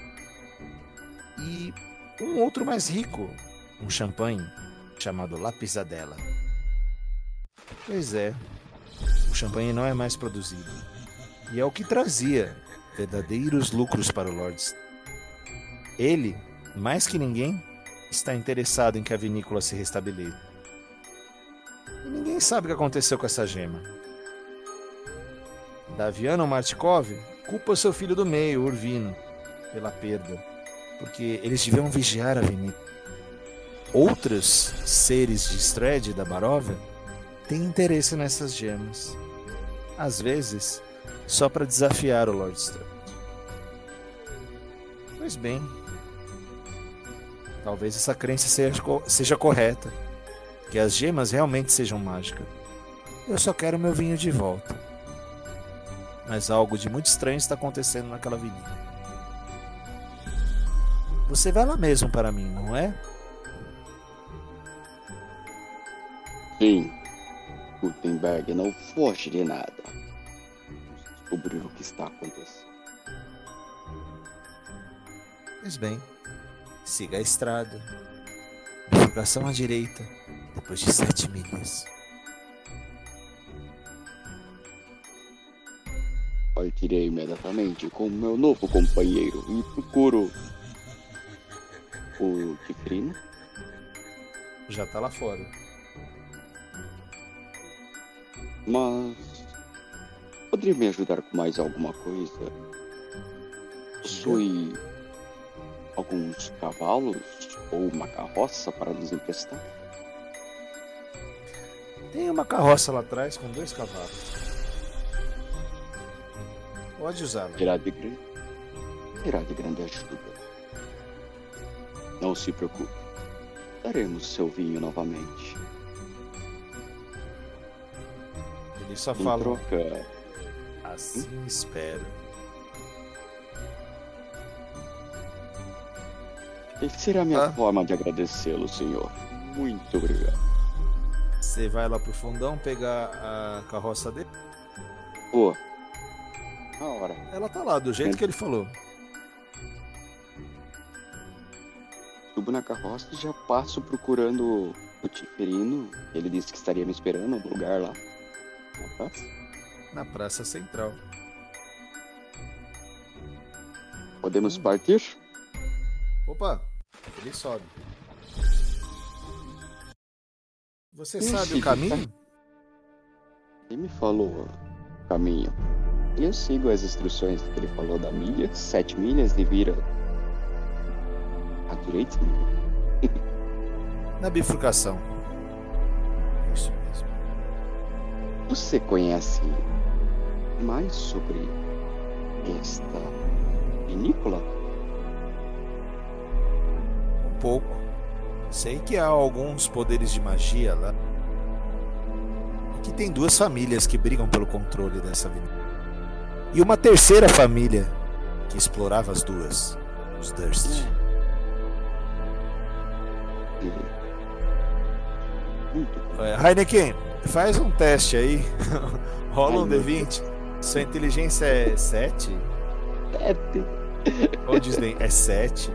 E um outro mais rico, um champanhe chamado La Pisadella. Pois é, o champanhe não é mais produzido, e é o que trazia verdadeiros lucros para o Lord. Ele, mais que ninguém, está interessado em que a vinícola se restabeleça. E ninguém sabe o que aconteceu com essa gema. Daviano Martikov culpa seu filho do meio, Urvino, pela perda, porque eles deviam vigiar a vinícola. Outros seres de Strahd da Baróvia têm interesse nessas gemas, às vezes só para desafiar o Lord Strahd. Pois bem, talvez essa crença seja correta, que as gemas realmente sejam mágicas. Eu só quero meu vinho de volta. Mas algo de muito estranho está acontecendo naquela vinícola. Você vai lá mesmo para mim, não é? Sim. Gutenberg não foge de nada. Vamos descobrir o que está acontecendo. Pois bem, siga a estrada. Bifurcação à direita, depois de 7 milhas. Partirei imediatamente com meu novo companheiro e procuro o Tifrino. Já tá lá fora. Mas poderia me ajudar com mais alguma coisa? Possui alguns cavalos ou uma carroça para nos emprestar? Tem uma carroça lá atrás com 2 cavalos. Pode usá-la. Será de grande ajuda. Não se preocupe. Daremos seu vinho novamente. Ele só Em fala. troca, Assim espero. essa será a minha forma de agradecê-lo, senhor. Muito obrigado. Você vai lá pro fundão pegar a carroça dele? Pô, na hora. Ela tá lá, do jeito que ele falou. Subo na carroça e já passo procurando o Tifrino. Ele disse que estaria me esperando no lugar lá. Na praça. Na Praça Central. Podemos partir? Opa, ele sobe. Você Sim, sabe sim, o caminho? Ele me falou o caminho. E eu sigo as instruções que ele falou da milha, 7 milhas e vira à direita. Na bifurcação. Isso mesmo. Você conhece mais sobre esta vinícola? Um pouco. Sei que há alguns poderes de magia lá. E que tem 2 famílias que brigam pelo controle dessa vinícola. E uma terceira família que explorava as 2. Os Durst. Muito bom. Heineken, faz um teste aí. Rola um Ai, meu D20. Sua inteligência é 7? Ou Disney, é 7?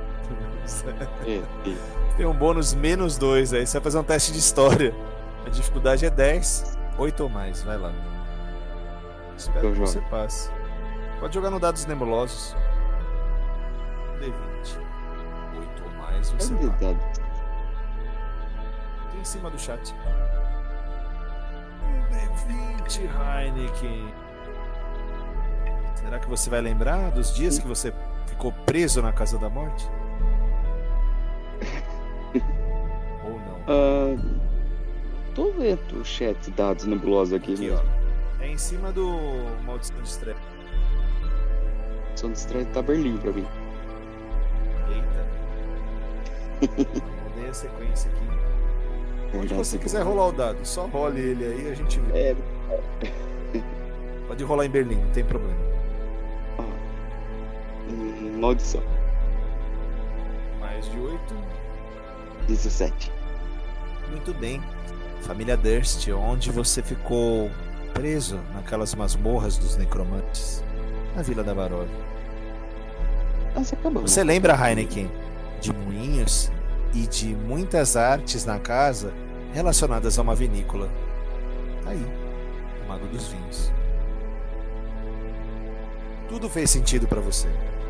Tem um bônus menos 2 aí. Você vai fazer um teste de história. A dificuldade é 10. 8 ou mais, vai lá. Espero que você passe. Pode jogar no dados nebulosos. D20. 8 ou mais, você passa. Tem em cima do chat. D20, Heineken. Será que você vai lembrar dos dias que você ficou preso na Casa da Morte? Ou não? Tô vendo o chat de dados nebulosos aqui. Aqui, mesmo. ó. É em cima do Maldição de Estrela. Maldição de Estrela tá Berlim pra mim. Eita. Mudei a sequência aqui. Onde você quiser rolar o dado, só role ele aí e a gente vê. Pode rolar em Berlim, não tem problema. Maldição. Mais de 8. 17. Muito bem. Família Durst, onde você ficou preso naquelas masmorras dos necromantes, na Vila da Baróvia. Você lembra, Heineken, de moinhos e de muitas artes na casa relacionadas a uma vinícola. Tá aí, o Mago dos Vinhos. Tudo fez sentido pra você.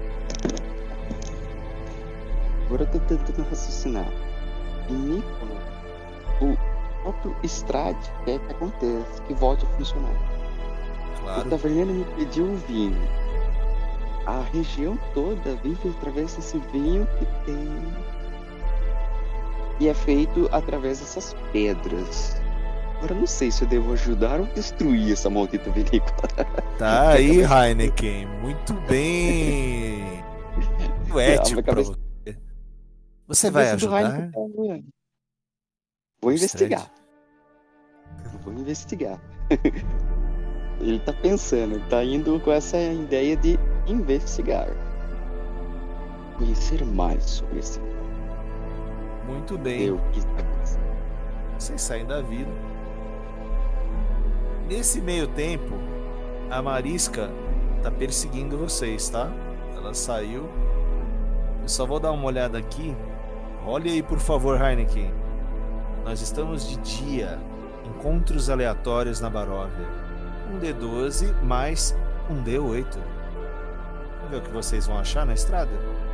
Agora eu tô tentando raciocinar. Vinícola, o próprio Strahd quer que aconteça, que volte a funcionar. Claro. O taverneiro me pediu o vinho. a região toda vive através desse vinho que tem. E é feito através dessas pedras. Agora eu não sei se eu devo ajudar ou destruir essa maldita vinícola. Tá aí, Heineken. Muito bem. Muito ético pra você. Você vai ajudar? Vou investigar. Vou investigar. Ele tá pensando, ele tá indo com essa ideia de investigar. Conhecer mais sobre esse. Muito bem. Eu que está acontecendo. Vocês saem da vila. Nesse meio tempo, a Marisca tá perseguindo vocês, tá? Ela saiu. Eu só vou dar uma olhada aqui. Olhe aí, por favor, Heineken. Nós estamos de dia. Encontros aleatórios na Baróvia. Um D12 mais um D8. Vamos ver o que vocês vão achar na estrada?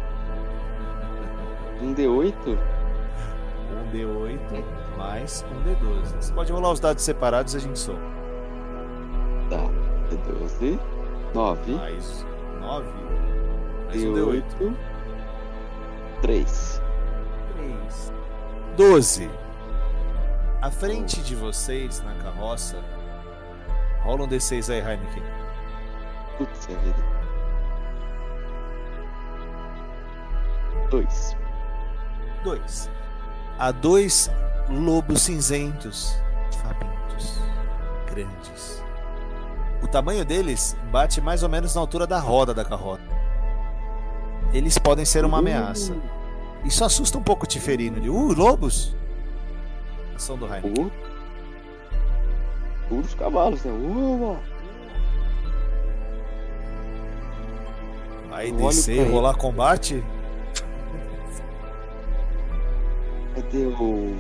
Um D8? Um D8 mais um D12. Você pode rolar os dados separados e a gente soma. Tá. D12. 9. Mais 9. Mais um D8. D8. 3. 3. 12. À frente de vocês, na carroça, rola um D6 aí, Heineken. Putz, é vida. 2. 2. Há 2 lobos cinzentos, famintos, grandes. O tamanho deles bate mais ou menos na altura da roda da carroça. Eles podem ser uma ameaça. Isso assusta um pouco o Tiferino. Ele, lobos! Ação do Heineken. Os cavalos, né? Vai descer e rolar combate? Cadê o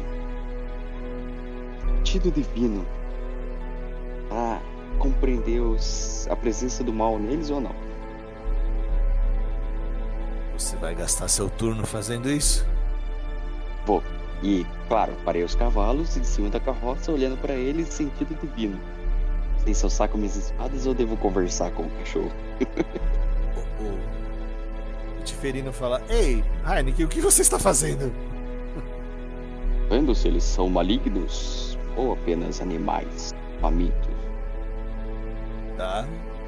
sentido divino? Ah, compreender a presença do mal neles ou não? Você vai gastar seu turno fazendo isso? Vou. E, claro, parei os cavalos em cima da carroça, olhando pra eles, sentido divino. Não sei se eu saco minhas espadas ou devo conversar com o cachorro. O Tiferino fala: Ei, Heineken, o que você está fazendo? Vendo se eles são malignos ou apenas animais famintos. Tá.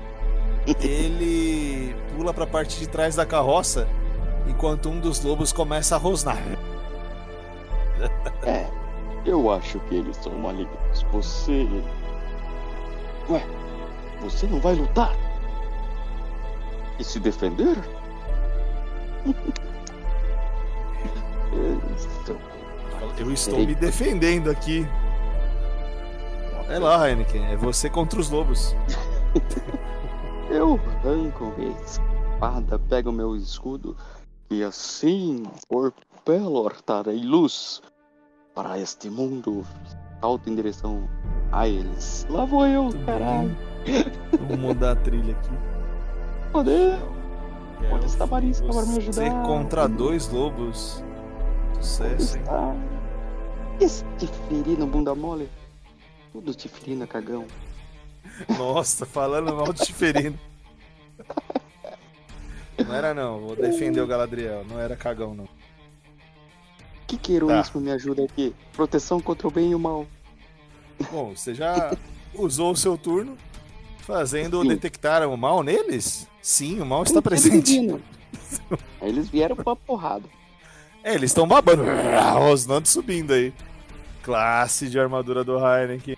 Ele pula pra parte de trás da carroça enquanto um dos lobos começa a rosnar. É, eu acho que eles são malignos. Você... Ué, você não vai lutar? E se defender? Eu estou me defendendo aqui. É lá, Heineken, é você contra os lobos. Eu arranco minha espada, pego meu escudo e assim, por Pelor, trarei luz para este mundo. Salto em direção a eles. Lá vou eu, caralho. Vamos mudar a trilha aqui. Cadê? Onde está a Marisca para me ajudar? Você contra 2 lobos. Sucesso, hein? Esse Tiferino bunda mole. Tudo Tiferino cagão. Nossa, falando mal do Tiferino. Não era não, vou defender o Galadriel. Não era cagão não. Que heroísmo me ajuda aqui? Proteção contra o bem e o mal. Bom, você já usou o seu turno fazendo detectar o mal neles? Sim, o mal está presente. Aí eles vieram pra porrada. É, eles estão babando. Rosnando subindo aí. Classe de armadura do Heineken.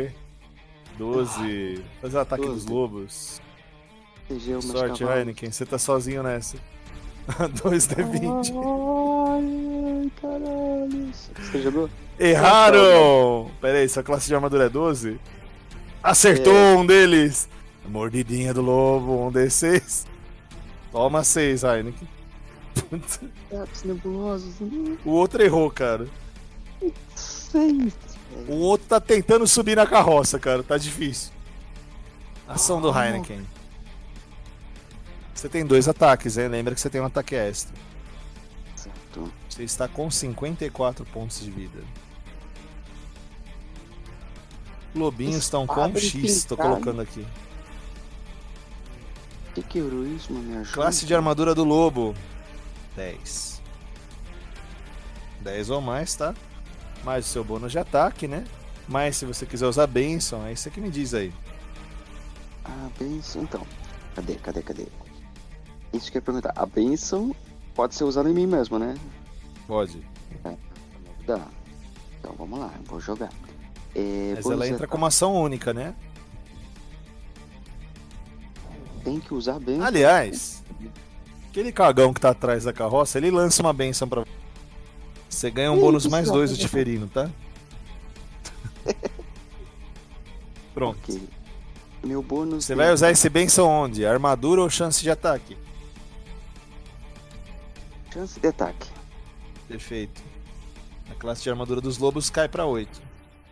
12. Fazer o ataque 12. Dos lobos. Sorte, Heineken. Você tá sozinho nessa. 2D20. Ai, caralho. Você jogou? Erraram! Pera aí, sua classe de armadura é 12? Acertou um deles! Mordidinha do lobo, um D6. Toma 6, Heineken. O outro errou, cara. 6. O outro tá tentando subir na carroça, cara. Tá difícil. Ação do Heineken. Você tem 2 ataques, hein? Lembra que você tem um ataque extra. Certo. Você está com 54 pontos de vida. Lobinhos estão com X, tô colocando aqui. Que heroísmo me ajuda? Classe de armadura do lobo. 10. 10 ou mais, tá? Mais o seu bônus de ataque, né? Mas se você quiser usar bênção, é isso que me diz aí. A bênção, então. Cadê? Isso que eu ia perguntar. A bênção pode ser usada em mim mesmo, né? Pode. Dá. Então vamos lá, eu vou jogar. Mas ela entra como ação única, né? Tem que usar bênção. Aliás, aquele cagão que tá atrás da carroça, ele lança uma bênção pra você. Você ganha um bônus mais 2 do Tiferino, tá? Pronto. Ok. Meu bônus. Você vai usar esse bênção onde? Armadura ou chance de ataque? Chance de ataque. Perfeito. A classe de armadura dos lobos cai pra 8.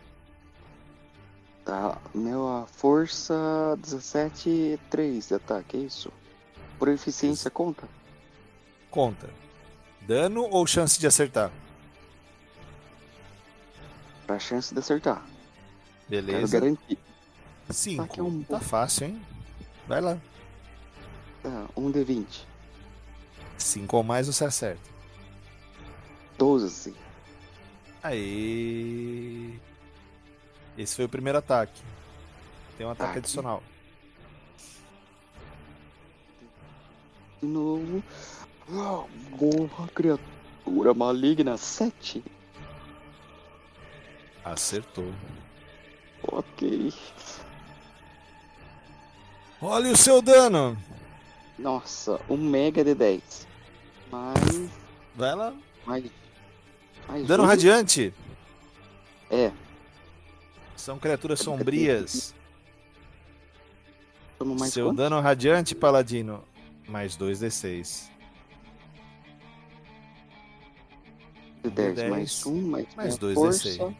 Tá. Meu força 17, 3 de ataque, é isso? Por eficiência conta? Conta. Dano ou chance de acertar? Pra chance de acertar. Quero Beleza. garantir. 5. Tá, que é um Tá fácil, hein? Vai lá. Tá, 1 de 20. 5 ou mais você acerta. 12. Aí. Esse foi o primeiro ataque. Tem um ataque Tá. adicional. De novo. Boa criatura maligna. 7. Acertou. Ok. Olha o seu dano. Nossa, 1 mega de 10. Mais. Vai lá. Mais Dano um. radiante. É. São criaturas sombrias. Tomo mais Seu quanto? dano radiante, paladino. Mais 2d6. De 10. 10, Mais 1. Mais mais minha 2d6. força.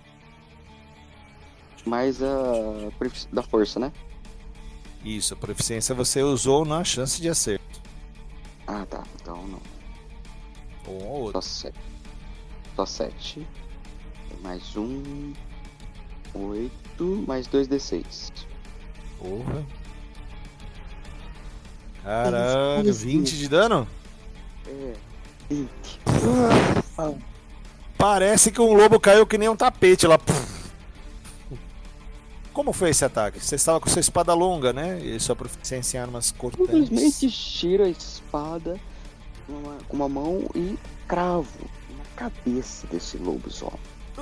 Mais a da força, né? Isso, a proficiência você usou na chance de acerto. Ah, tá. Então não. Ou um ou outro. Só 7. Mais 1. 8. Mais 2d6. Porra. Caralho, 20 de dano? É. 20. Parece que um lobo caiu que nem um tapete lá. Como foi esse ataque? Você estava com sua espada longa, né? E sua proficiência em armas cortantes. Simplesmente tira a espada com uma mão e cravo na cabeça desse lobisomem.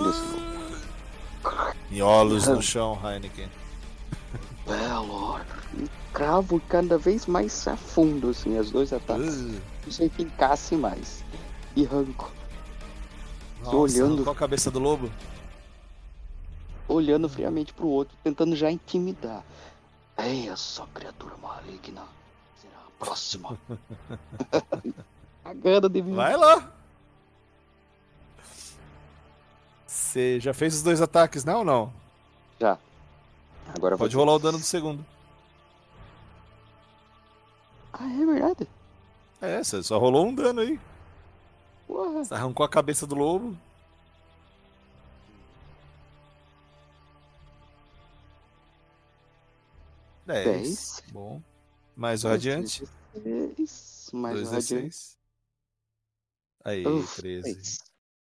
Miolos no chão, Heineken. Belo. E cravo cada vez mais a fundo, assim, as dois ataques. Sem fincasse mais. E arranco. Nossa, olhando. Qual a cabeça do lobo? Olhando friamente pro outro, tentando já intimidar. Ei, essa criatura maligna será a próxima. Cagada de mim. Vai lá! Você já fez os 2 ataques, não ou não? Já. Agora Pode você. rolar o dano do segundo. Ah, é verdade? É, você só rolou um dano aí. Ué. Você arrancou a cabeça do lobo. Dez. Bom. Mais o radiante. 16, mais o 2 radiante. D6. Aí, 13. 10.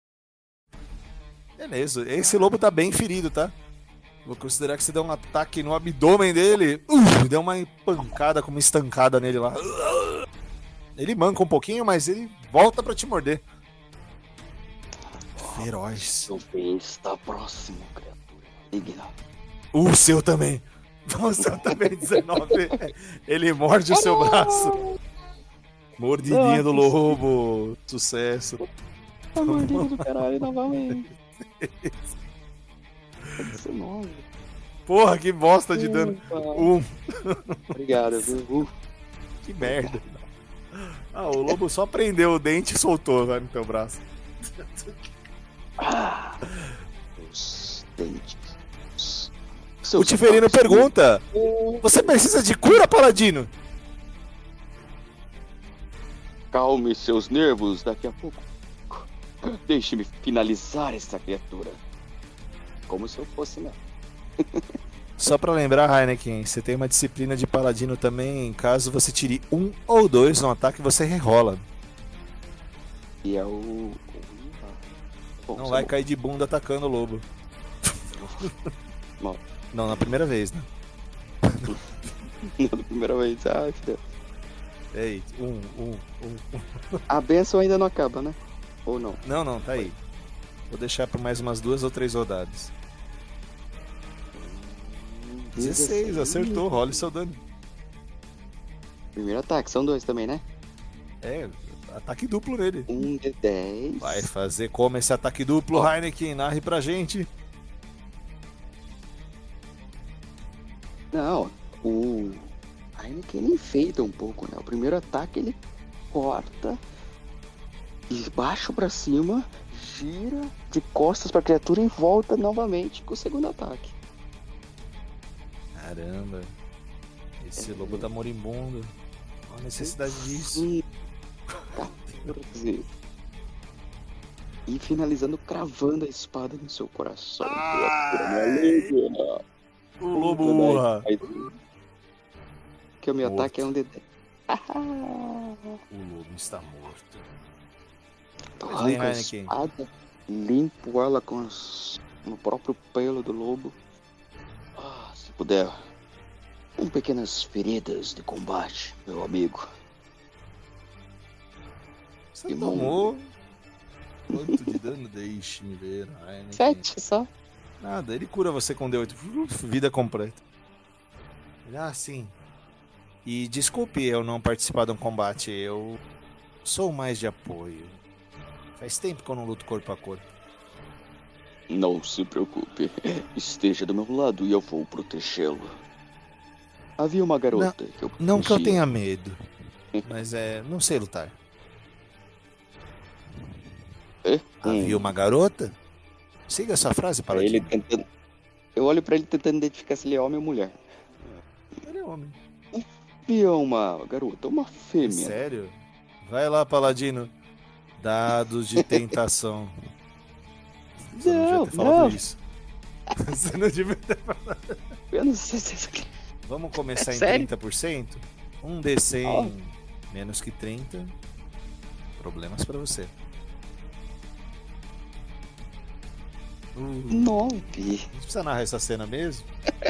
Beleza. Esse lobo tá bem ferido, tá? Vou considerar que você deu um ataque no abdômen dele. Deu uma pancada com uma estancada nele lá. Ele manca um pouquinho, mas ele volta pra te morder. Feroz. Seu bem está próximo, criatura maligna. O seu também. O seu também, 19. Ele morde o seu braço. Mordidinha do lobo. Sucesso. A mordida do caralho novamente. 19. Porra, que bosta de dano. Obrigado, viu? Que merda. Ah, o lobo só prendeu o dente e soltou lá no teu braço. Os dentes. O Tiferino pergunta: você precisa de cura, paladino? Calme seus nervos, daqui a pouco. Deixe-me finalizar essa criatura. Como se eu fosse, né? Só pra lembrar, Heineken, você tem uma disciplina de paladino também, caso você tire 1 ou 2 no ataque, você rerola. E é o... Bom, Não vai cair de bunda atacando o lobo. Bom. Não, na primeira vez, né? Na primeira vez, filho. Ei, um. A benção ainda não acaba, né? Ou não? Não, tá aí. Vou deixar por mais umas 2 ou 3 rodadas. 16, acertou, rola o seu dano. Primeiro ataque, são 2 também, né? É, ataque duplo nele. 1 de 10. Vai fazer como esse ataque duplo, Heineken? Narre pra gente. Não, o Heineken ele enfeita um pouco, né? O primeiro ataque ele corta de baixo pra cima, gira de costas pra criatura e volta novamente com o segundo ataque. Caramba, esse lobo tá moribundo. Qual a necessidade disso? 14. E finalizando, cravando a espada no seu coração. O lobo urra. Que o meu Morto. ataque é um D10. O lobo está morto. Pois bem, Arranco a Heineken. espada, limpo ela no próprio pelo do lobo. Se puder, com pequenas feridas de combate, meu amigo. Você tomou quanto de dano? Deixe-me ver, Heineken. 7 só. Nada, ele cura você com D8. Vida completa. Sim. E desculpe eu não participar de um combate. Eu sou mais de apoio. Faz tempo que eu não luto corpo a corpo. Não se preocupe. Esteja do meu lado e eu vou protegê-lo. Havia uma garota que eu Não que eu conhecia. tenha medo. Mas não sei lutar. Havia uma garota? Siga essa frase, Pra ele Paladino. tentando... Eu olho pra ele tentando identificar se ele é homem ou mulher. Ele é homem. Havia uma garota, uma fêmea. Sério? Vai lá, Paladino. Dados de tentação. Você não devia ter falado isso. Você não devia ter falado. Eu não sei se isso aqui... Vamos começar em Sério? 30%? Um D100 menos que 30. Problemas pra você. 9. A gente precisa narrar essa cena mesmo?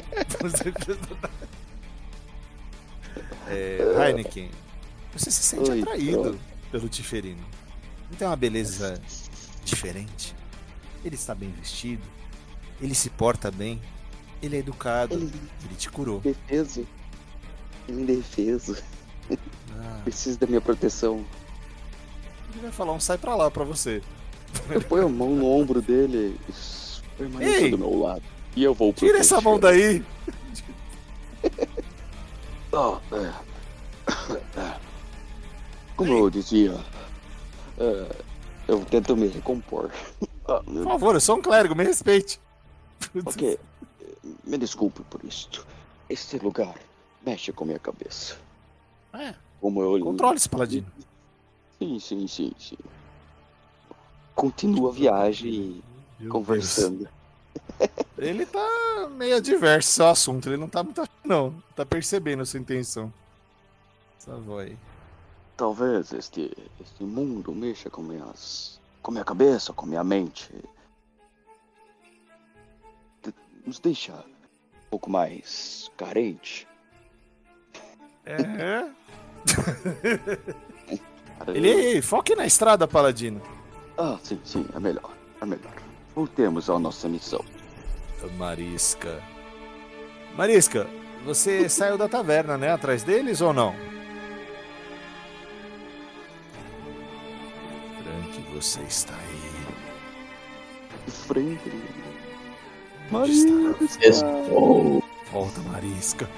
Heineken, você se sente Oi, atraído pronto. pelo Tiferino. Não tem uma beleza diferente? Ele está bem vestido, ele se porta bem, ele é educado, Ele- ele te curou. Defeso. Indefeso. Ah, Preciso da minha proteção. ele vai falar um sai pra lá pra você. Eu ponho a mão no ombro dele e permaneça Ei! do meu lado. E eu vou Tira essa mão daí! Como eu dizia, eu tento me recompor. Por favor, eu sou um clérigo, me respeite. Ok, me desculpe por isto. Este lugar mexe com minha cabeça. É, Como eu... controle esse Paladino. Sim. Continua a viagem Meu conversando. Deus. Ele tá meio adverso ao seu assunto, ele não tá muito afim, não. Tá percebendo a sua intenção. Essa voz aí. Talvez este mundo mexa com minha cabeça, com minha mente. Nos deixa um pouco mais carente. É. Ele foque na estrada, Paladino. Sim, é melhor. Voltemos à nossa missão. Marisca. Marisca, você saiu da taverna, né? Atrás deles ou não? Frank, você está aí. De frente. Onde está? Marisca. Estou. Volta, Marisca.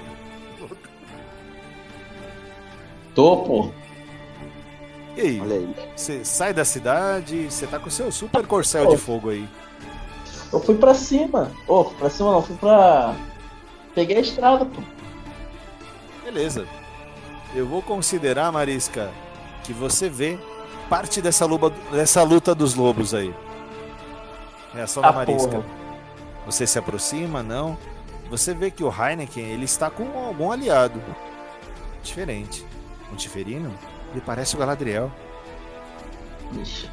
Topo. E aí? Olha aí. Você sai da cidade, você tá com o seu super corcel de fogo aí. Eu fui pra cima. Fui pra cima não, fui pra... Peguei a estrada, pô. Beleza. Eu vou considerar, Marisca, que você vê parte dessa luta dos lobos aí. Reação da Marisca. Porra. Você se aproxima, não? Você vê que o Heineken, ele está com algum aliado. Diferente. Um Tiferino, ele parece o Galadriel. Ixi.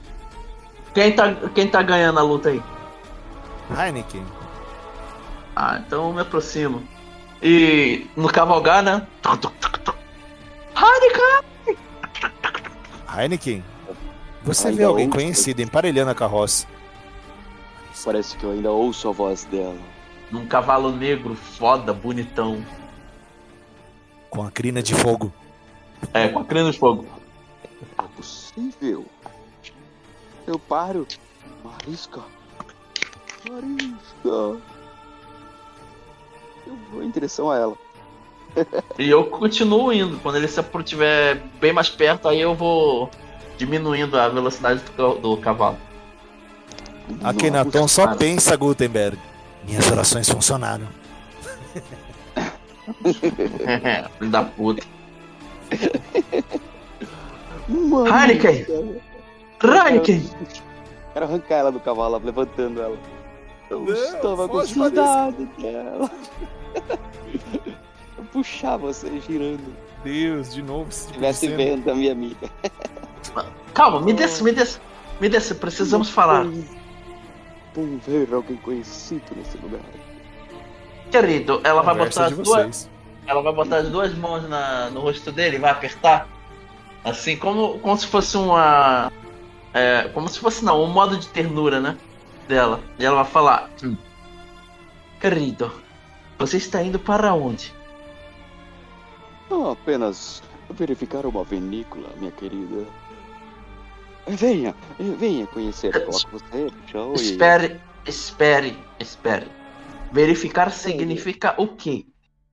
Quem tá ganhando a luta aí? Heineken. Ah, então eu me aproximo. E no cavalgar, né? Heineken! Heineken, você vê Ainda alguém ouço. conhecido emparelhando a carroça. Parece que eu ainda ouço a voz dela. Num cavalo negro, foda, bonitão. Com a crina de fogo. É, com a crina de fogo. É possível. Eu paro. Marisca. Marisca. Eu vou em direção a ela. E eu continuo indo. Quando ele estiver bem mais perto, aí eu vou diminuindo a velocidade do cavalo. Akhenaton só pensa, Gutenberg. Minhas orações funcionaram. Filho da puta. Marisca. Heineken! Quero arrancar ela do cavalo, levantando ela. Eu Não, estava com foge, saudade dela. Eu puxar você girando. Deus, de novo. Se Se estivesse vendo a minha amiga. Calma, me desça, precisamos falar. Bom ver alguém conhecido nesse lugar. Querido, ela vai botar as vocês. duas mãos no rosto dele e vai apertar. Assim, como se fosse uma. Como se fosse um modo de ternura, né? Dela. E ela vai falar: Querido, você está indo para onde? Apenas verificar uma vinícola, minha querida. Venha conhecer. Coloque você, Joe. Espere. Verificar significa o quê?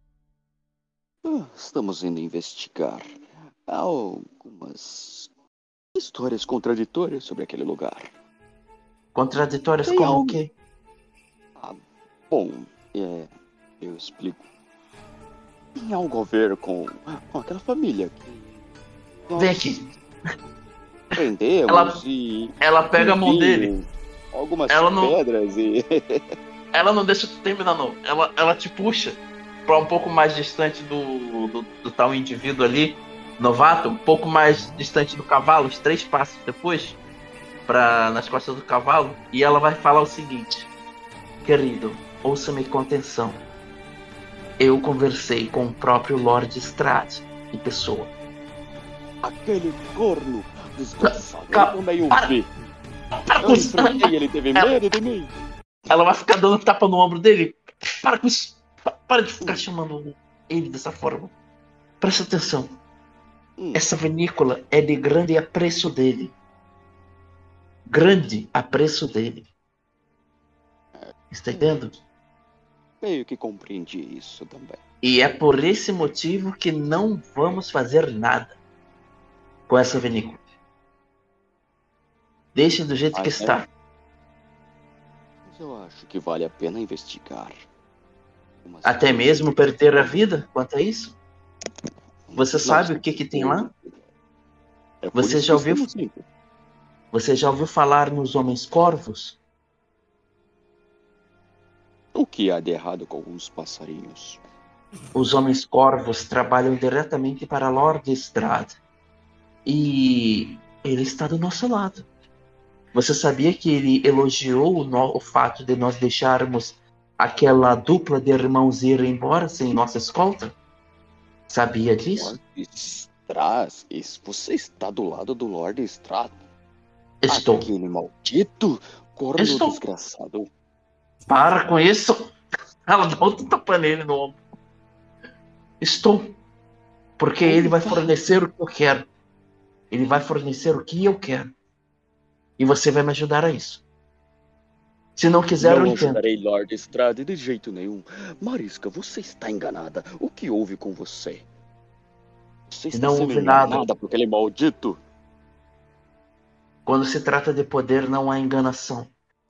Estamos indo investigar. Há algumas histórias contraditórias sobre aquele lugar. Contraditórias Tem como algo- o quê? Bom, eu explico. Tem algo a ver com aquela família que Vem aqui. prendemos e Ela pega a mão enfim, dele. algumas Ela não- pedras e Ela não deixa tu terminar, não. Ela te puxa pra um pouco mais distante do tal indivíduo ali, novato, um pouco mais distante do cavalo, uns 3 passos depois, nas costas do cavalo, e ela vai falar o seguinte: Querido, ouça-me com atenção. Eu conversei com o próprio Lord Strahd em pessoa. aquele corno desgraçado. Calma, Eu também para. ouvi. Para Eu com isso! enfrentei, ele teve medo de mim. Ela vai ficar dando tapa no ombro dele. Para com isso! Para de ficar chamando ele dessa forma. Presta atenção. Essa vinícola é de grande apreço dele. Grande apreço dele. Está entendendo? Meio que compreendi isso também. E é por esse motivo que não vamos fazer nada com essa vinícola. Deixe do jeito que está. Mas eu acho que vale a pena investigar. Até mesmo perder a vida quanto a isso? Você sabe o que tem lá? É por Você isso já que ouviu? estamos indo. Você já ouviu falar nos homens corvos? O que há de errado com alguns passarinhos? Os homens corvos trabalham diretamente para Lord Strahd. E ele está do nosso lado. Você sabia que ele elogiou o fato de nós deixarmos aquela dupla de irmãos ir embora sem nossa escolta? Sabia disso? Lord Strahd? Você está do lado do Lord Strahd? Estou. Aquele maldito corno Estou. desgraçado. Para com isso! Ela dá outro tapa nele no ombro. Estou. Porque ele vai fornecer o que eu quero. Ele vai fornecer o que eu quero. E você vai me ajudar a isso. Se não quiser, eu Não entendo. ajudarei Lord Strahd de jeito nenhum. Marisca, você está enganada. O que houve com você? Você está Não sendo houve nada. enganada por aquele maldito. Quando se trata de poder, não há enganação.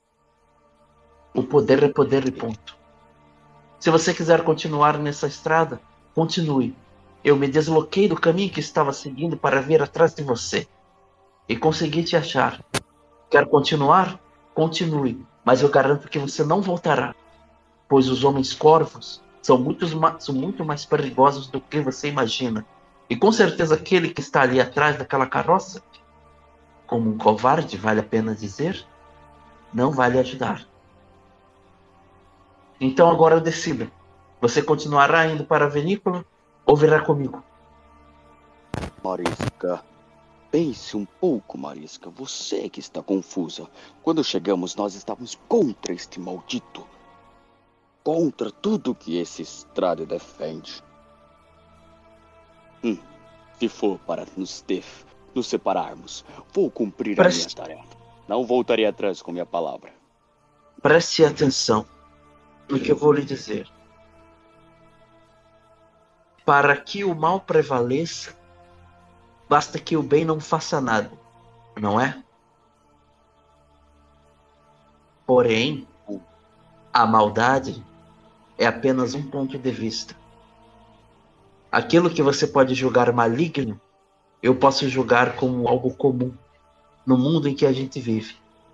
O poder é poder e ponto. Se você quiser continuar nessa estrada, continue. Eu me desloquei do caminho que estava seguindo para vir atrás de você. E consegui te achar. Quer continuar? Continue. Mas eu garanto que você não voltará. pois os homens corvos são muito mais perigosos do que você imagina. E com certeza aquele que está ali atrás daquela carroça, como um covarde, vale a pena dizer, não vai lhe ajudar. Então agora decida. Você continuará indo para a vinícola ou virá comigo? Marisca, pense um pouco, Marisca. Você que está confusa. Quando chegamos, nós estávamos contra este maldito. Contra tudo que esse Strade defende. Se for para nos separarmos, vou cumprir a minha tarefa. Não voltarei atrás com minha palavra. Preste atenção no que eu vou lhe dizer. Para que o mal prevaleça, basta que o bem não faça nada, não é? Porém, a maldade é apenas um ponto de vista. Aquilo que você pode julgar maligno, eu posso julgar como algo comum no mundo em que a gente vive.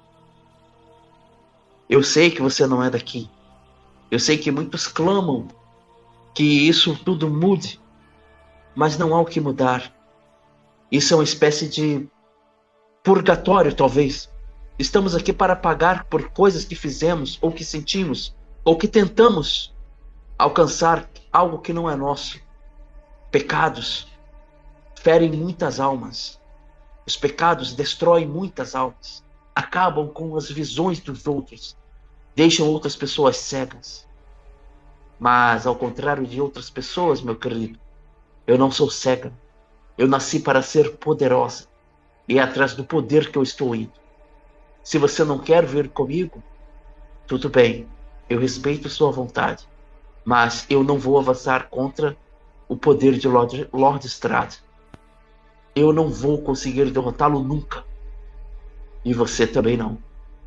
Eu sei que você não é daqui. Eu sei que muitos clamam que isso tudo mude, mas não há o que mudar. Isso é uma espécie de purgatório, talvez. Estamos aqui para pagar por coisas que fizemos, ou que sentimos, ou que tentamos alcançar algo que não é nosso. Pecados ferem muitas almas. Os pecados destroem muitas almas. Acabam com as visões dos outros. Deixam outras pessoas cegas. Mas, ao contrário de outras pessoas, meu querido, eu não sou cega. Eu nasci para ser poderosa. E é atrás do poder que eu estou indo. Se você não quer vir comigo, tudo bem. Eu respeito sua vontade. Mas eu não vou avançar contra o poder de Lord Strade. Eu não vou conseguir derrotá-lo nunca. E você também não.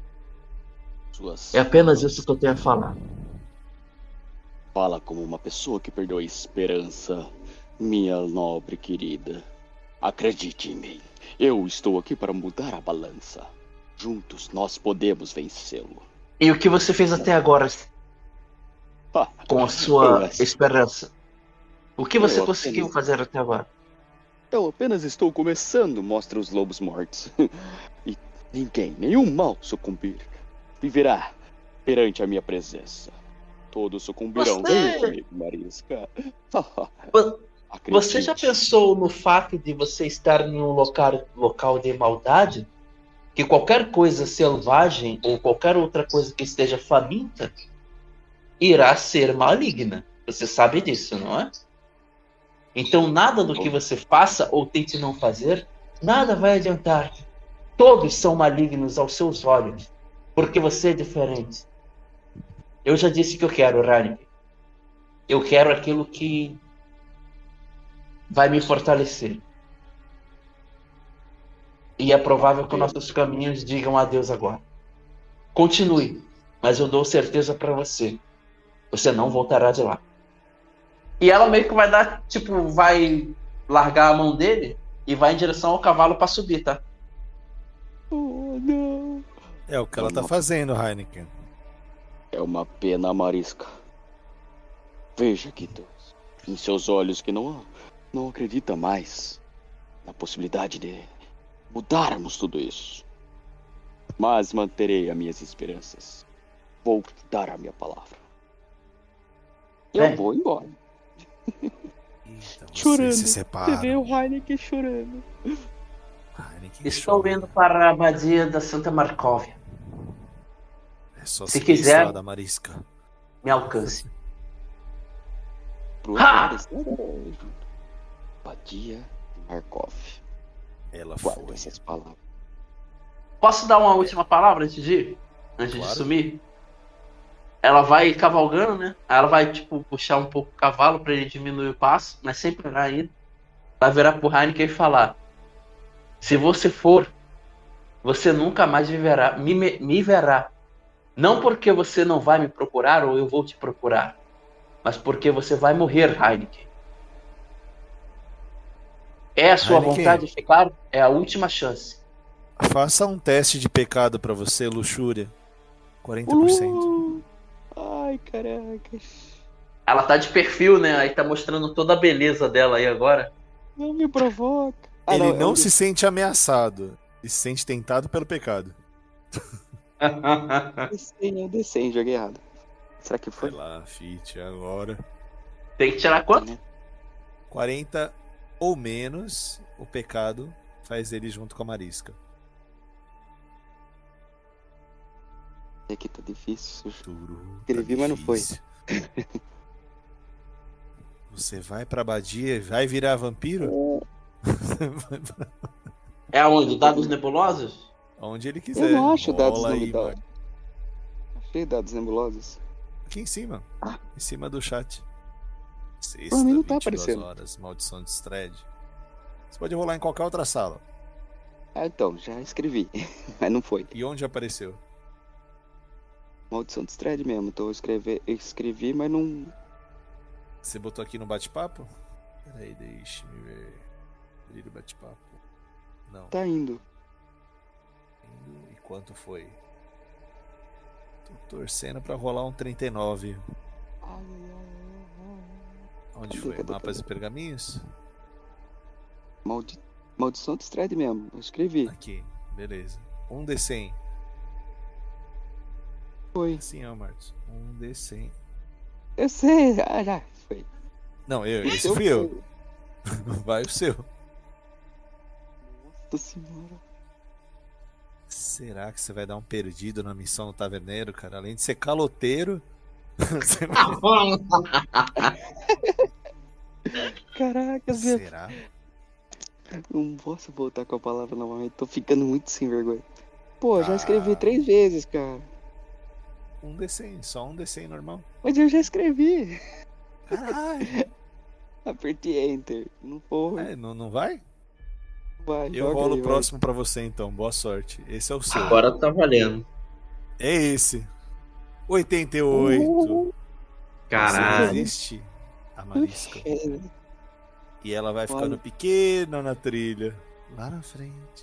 É apenas isso que eu tenho a falar. Fala como uma pessoa que perdeu a esperança, minha nobre querida. Acredite em mim. Eu estou aqui para mudar a balança. Juntos nós podemos vencê-lo. E o que você fez até agora com a sua esperança? O que você conseguiu fazer até agora? Eu apenas estou começando, mostra os lobos mortos. E nenhum mal sucumbir, viverá perante a minha presença. Todos sucumbirão. Vem comigo, Marisca. Você já pensou no fato de você estar em um local de maldade? Que qualquer coisa selvagem ou qualquer outra coisa que esteja faminta irá ser maligna. Você sabe disso, não é? Então nada do que você faça ou tente não fazer, nada vai adiantar. Todos são malignos aos seus olhos, porque você é diferente. Eu já disse que eu quero, Rani. Eu quero aquilo que vai me fortalecer. E é provável que nossos caminhos digam adeus agora. Continue, mas eu dou certeza para você. Você não voltará de lá. E ela meio que vai dar, vai largar a mão dele e vai em direção ao cavalo para subir, tá? Oh, não. É o que ela tá fazendo, Heineken. É uma pena, Marisca. Veja, Quito, em seus olhos que não acredita mais na possibilidade de mudarmos tudo isso. Mas manterei as minhas esperanças. Vou dar a minha palavra. Eu vou embora. Então, chorando. Se separa. Você vê o Heineken chorando. Estou indo para a abadia da Santa Marcóvia. É só se quiser, da Marisca. Me alcance. Abadia de Markov. Ela Guarda foi. essas palavras. Posso dar uma última palavra antes de ir? Antes de sumir? Ela vai cavalgando, né? Aí ela vai, puxar um pouco o cavalo para ele diminuir o passo, mas sempre vai indo. Vai virar pro Heineken e falar: se você for, você nunca mais me verá. Não porque você não vai me procurar ou eu vou te procurar, mas porque você vai morrer, Heineken. É a sua vontade de ficar? É a última chance. Faça um teste de pecado pra você, luxúria. 40%. Ai, caraca. Ela tá de perfil, né? Aí tá mostrando toda a beleza dela aí agora. Não me provoca. Ele é não um se sente ameaçado. Ele se sente tentado pelo pecado. é um D100, joguei errado. Será que Vai foi? lá, Fit, agora. Tem que tirar quanto? 40 ou menos, o pecado faz ele junto com a Marisca. É que tá difícil. Turu, Escrevi, mas não foi. difícil. Você vai pra abadia e vai virar vampiro? É aonde? Dados nebulosos? Onde ele quiser. Eu não acho dados Rola aí, nebulosos. mano. Achei dados nebulosos. Aqui em cima. Ah. Em cima do chat. Sexta, Pra mim não tá 22 aparecendo. horas, maldição de Stred. Você pode rolar em qualquer outra sala. Ah, então, já escrevi. Mas não foi. E onde apareceu? Maldição de Stred mesmo. Então eu escrevi, mas não. Você botou aqui no bate-papo? Peraí, deixa-me ver. Abrir o bate-papo. Não. Tá indo. E quanto foi? Tô torcendo pra rolar um 39. Onde foi? Cadê? Mapas e pergaminhos? Maldição de Stred mesmo. Eu escrevi. Aqui, beleza. Um D100. Foi. Assim, ó, Marcos. Um D100. Eu sei. Ah, já. Foi. Não, esse fui eu. Vai o seu. Nossa senhora. Será que você vai dar um perdido na missão do taverneiro, cara? Além de ser caloteiro. Você Caraca, Zé. Será? Não posso voltar com a palavra novamente. Tô ficando muito sem vergonha. Pô, já escrevi 3 vezes, cara. Um D100, só um D100 normal. Mas eu já escrevi. Caralho. Apertei Enter. Não foi. Não vai? Vai, Eu joga rolo aí, o próximo pra você então. Boa sorte. Esse é o seu. Agora tá valendo. É esse. 88. Caralho. Você existe a Marisca. vai. E ela vai ficando Olha. pequena na trilha. Lá na frente.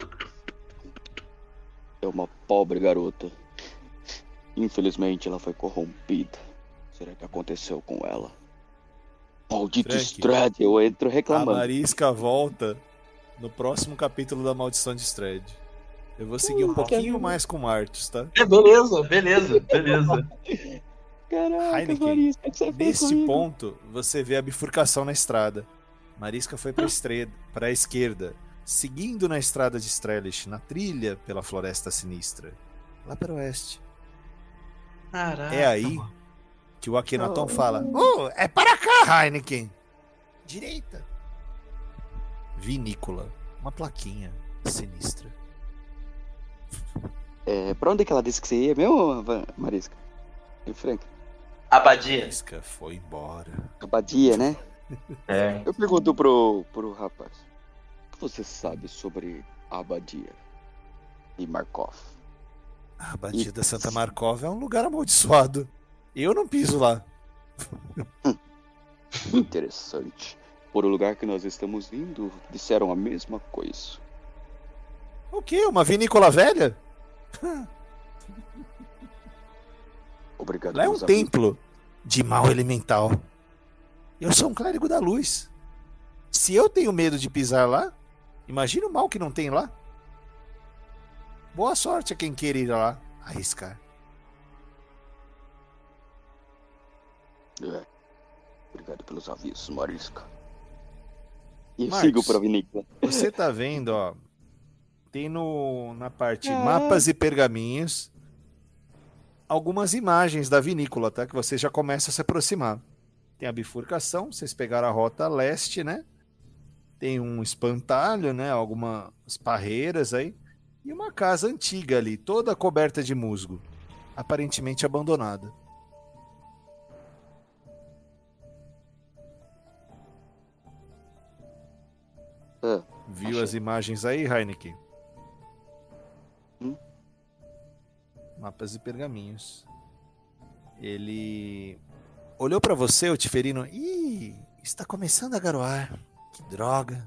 É uma pobre garota. Infelizmente ela foi corrompida. Será que aconteceu com ela? Maldito Frank, Strad, eu entro A reclamando. Marisca volta no próximo capítulo da Maldição de Stred. Eu vou seguir um pouquinho mais com o Martius, tá? É, beleza, beleza, beleza. Caraca, Heineken, Marisca, o que você fez Neste comigo? ponto, você vê a bifurcação na estrada. Marisca foi para a esquerda, seguindo na estrada de Strelish, na trilha pela Floresta Sinistra. Lá para o oeste. Caraca. É aí mano. que o Akhenaton fala: é para cá, Heineken! Direita. Vinícola. Uma plaquinha sinistra. Pra onde é que ela disse que você ia mesmo, Marisca? E Frank? Abadia. Marisca foi embora. Abadia, né? É. Eu pergunto pro rapaz. O que você sabe sobre a Abadia e Markov? A Abadia da Santa Markov é um lugar amaldiçoado. Eu não piso lá. Interessante. Por o lugar que nós estamos indo, disseram a mesma coisa. O quê? Uma vinícola velha? Obrigado. Lá é um meus amigos. templo de mal elemental. Eu sou um clérigo da luz. Se eu tenho medo de pisar lá, imagina o mal que não tem lá. Boa sorte a quem queira ir lá arriscar. Obrigado pelos avisos, Marisca. E Marcos, sigo pra vinícola. Você tá vendo, ó. Tem na parte mapas e pergaminhos algumas imagens da vinícola, tá? Que você já começa a se aproximar. Tem a bifurcação, vocês pegaram a rota leste, né? Tem um espantalho, né? Algumas parreiras aí. E uma casa antiga ali, toda coberta de musgo. Aparentemente abandonada. Viu achei. as imagens aí, Heineken? Hum? Mapas e pergaminhos. Ele olhou pra você, o Tiferino. Ih, está começando a garoar. Que droga.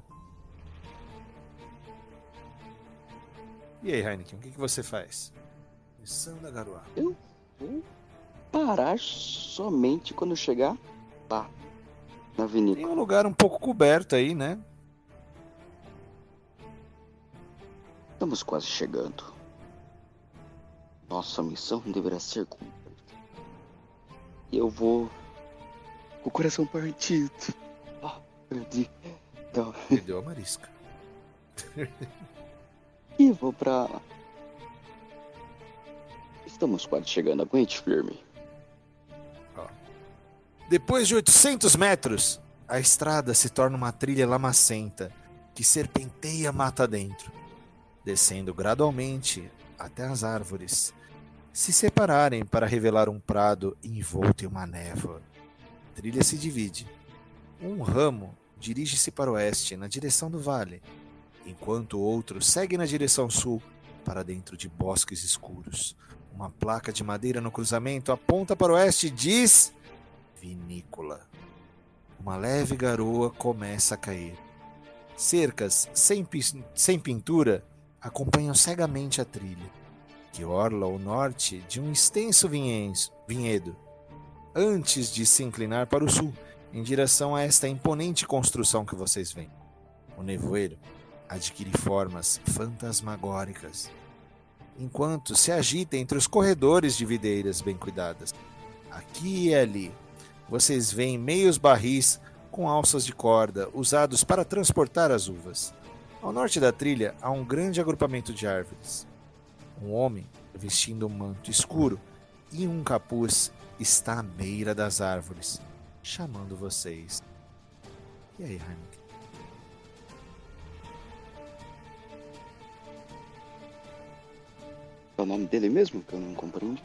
E aí, Heineken, o que você faz? Começando a garoar. parar somente quando chegar lá, na Tem vinícola. um lugar um pouco coberto aí, né? Estamos quase chegando. Nossa missão deverá ser cumprida. E eu vou com o coração partido. Ah, perdi. Então, Perdeu a marisca. e vou pra... Estamos quase chegando. Aguente firme. Depois de 800 metros, a estrada se torna uma trilha lamacenta que serpenteia mata dentro, descendo gradualmente até as árvores se separarem para revelar um prado envolto em uma névoa. A trilha se divide. Um ramo dirige-se para o oeste, na direção do vale, enquanto o outro segue na direção sul, para dentro de bosques escuros. Uma placa de madeira no cruzamento aponta para o oeste e diz: vinícola. Uma leve garoa começa a cair. Cercas sem pintura acompanham cegamente a trilha, que orla o norte de um extenso vinhedo, antes de se inclinar para o sul, em direção a esta imponente construção que vocês veem. O nevoeiro adquire formas fantasmagóricas, enquanto se agita entre os corredores de videiras bem cuidadas. Aqui e ali, vocês veem meios barris com alças de corda usados para transportar as uvas. Ao norte da trilha há um grande agrupamento de árvores. Um homem, vestindo um manto escuro e um capuz, está à beira das árvores, chamando vocês. E aí, Heineken? É o nome dele mesmo que eu não compreendi?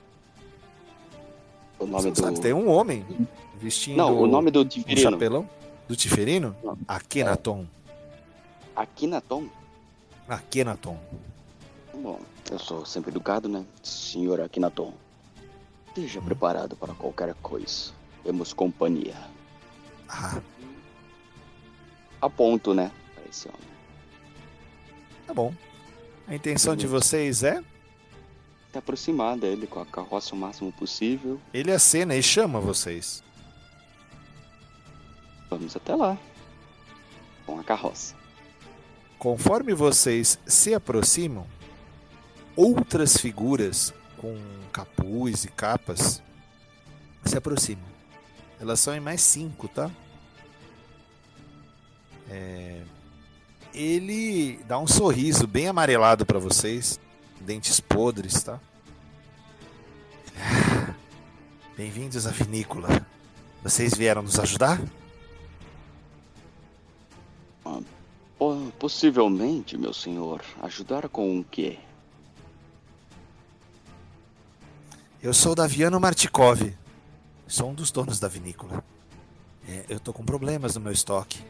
O nome Você não sabe, tem um homem vestindo Não, o nome do um Tiferino. chapelão do Tiferino? Não. Akhenaton. Akhenaton? Akhenaton. Bom, eu sou sempre educado, né? Senhor Akhenaton. Esteja preparado para qualquer coisa. Temos companhia. Ah, Aponto, né? Para esse homem. tá bom. A intenção de vocês é? Se aproximar dele com a carroça o máximo possível. Ele acena e chama vocês. Vamos até lá. Com a carroça. Conforme vocês se aproximam, outras figuras com capuz e capas se aproximam. Elas são em mais 5, tá? Ele dá um sorriso bem amarelado para vocês, dentes podres, tá? Bem-vindos à vinícola. Vocês vieram nos ajudar? Possivelmente, meu senhor. Ajudar com o quê? Eu sou Daviano Martikov. Sou um dos donos da vinícola. Eu tô com problemas no meu estoque.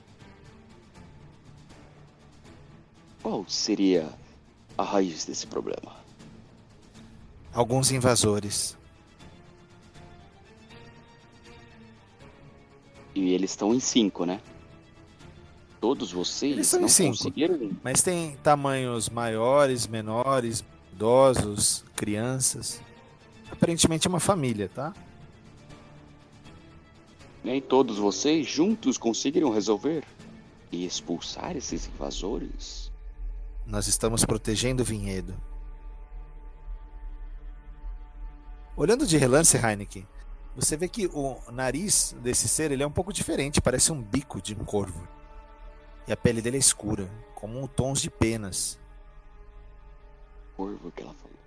Qual seria a raiz desse problema? Alguns invasores. E eles estão em 5, né? Todos vocês Eles são em não 5. conseguiram? Mas tem tamanhos maiores, menores, idosos, crianças. Aparentemente é uma família, tá? Nem todos vocês juntos conseguiram resolver e expulsar esses invasores? Nós estamos protegendo o vinhedo. Olhando de relance, Heineken, você vê que o nariz desse ser ele é um pouco diferente, parece um bico de um corvo. E a pele dele é escura, como tons de penas. Corvo que ela falou.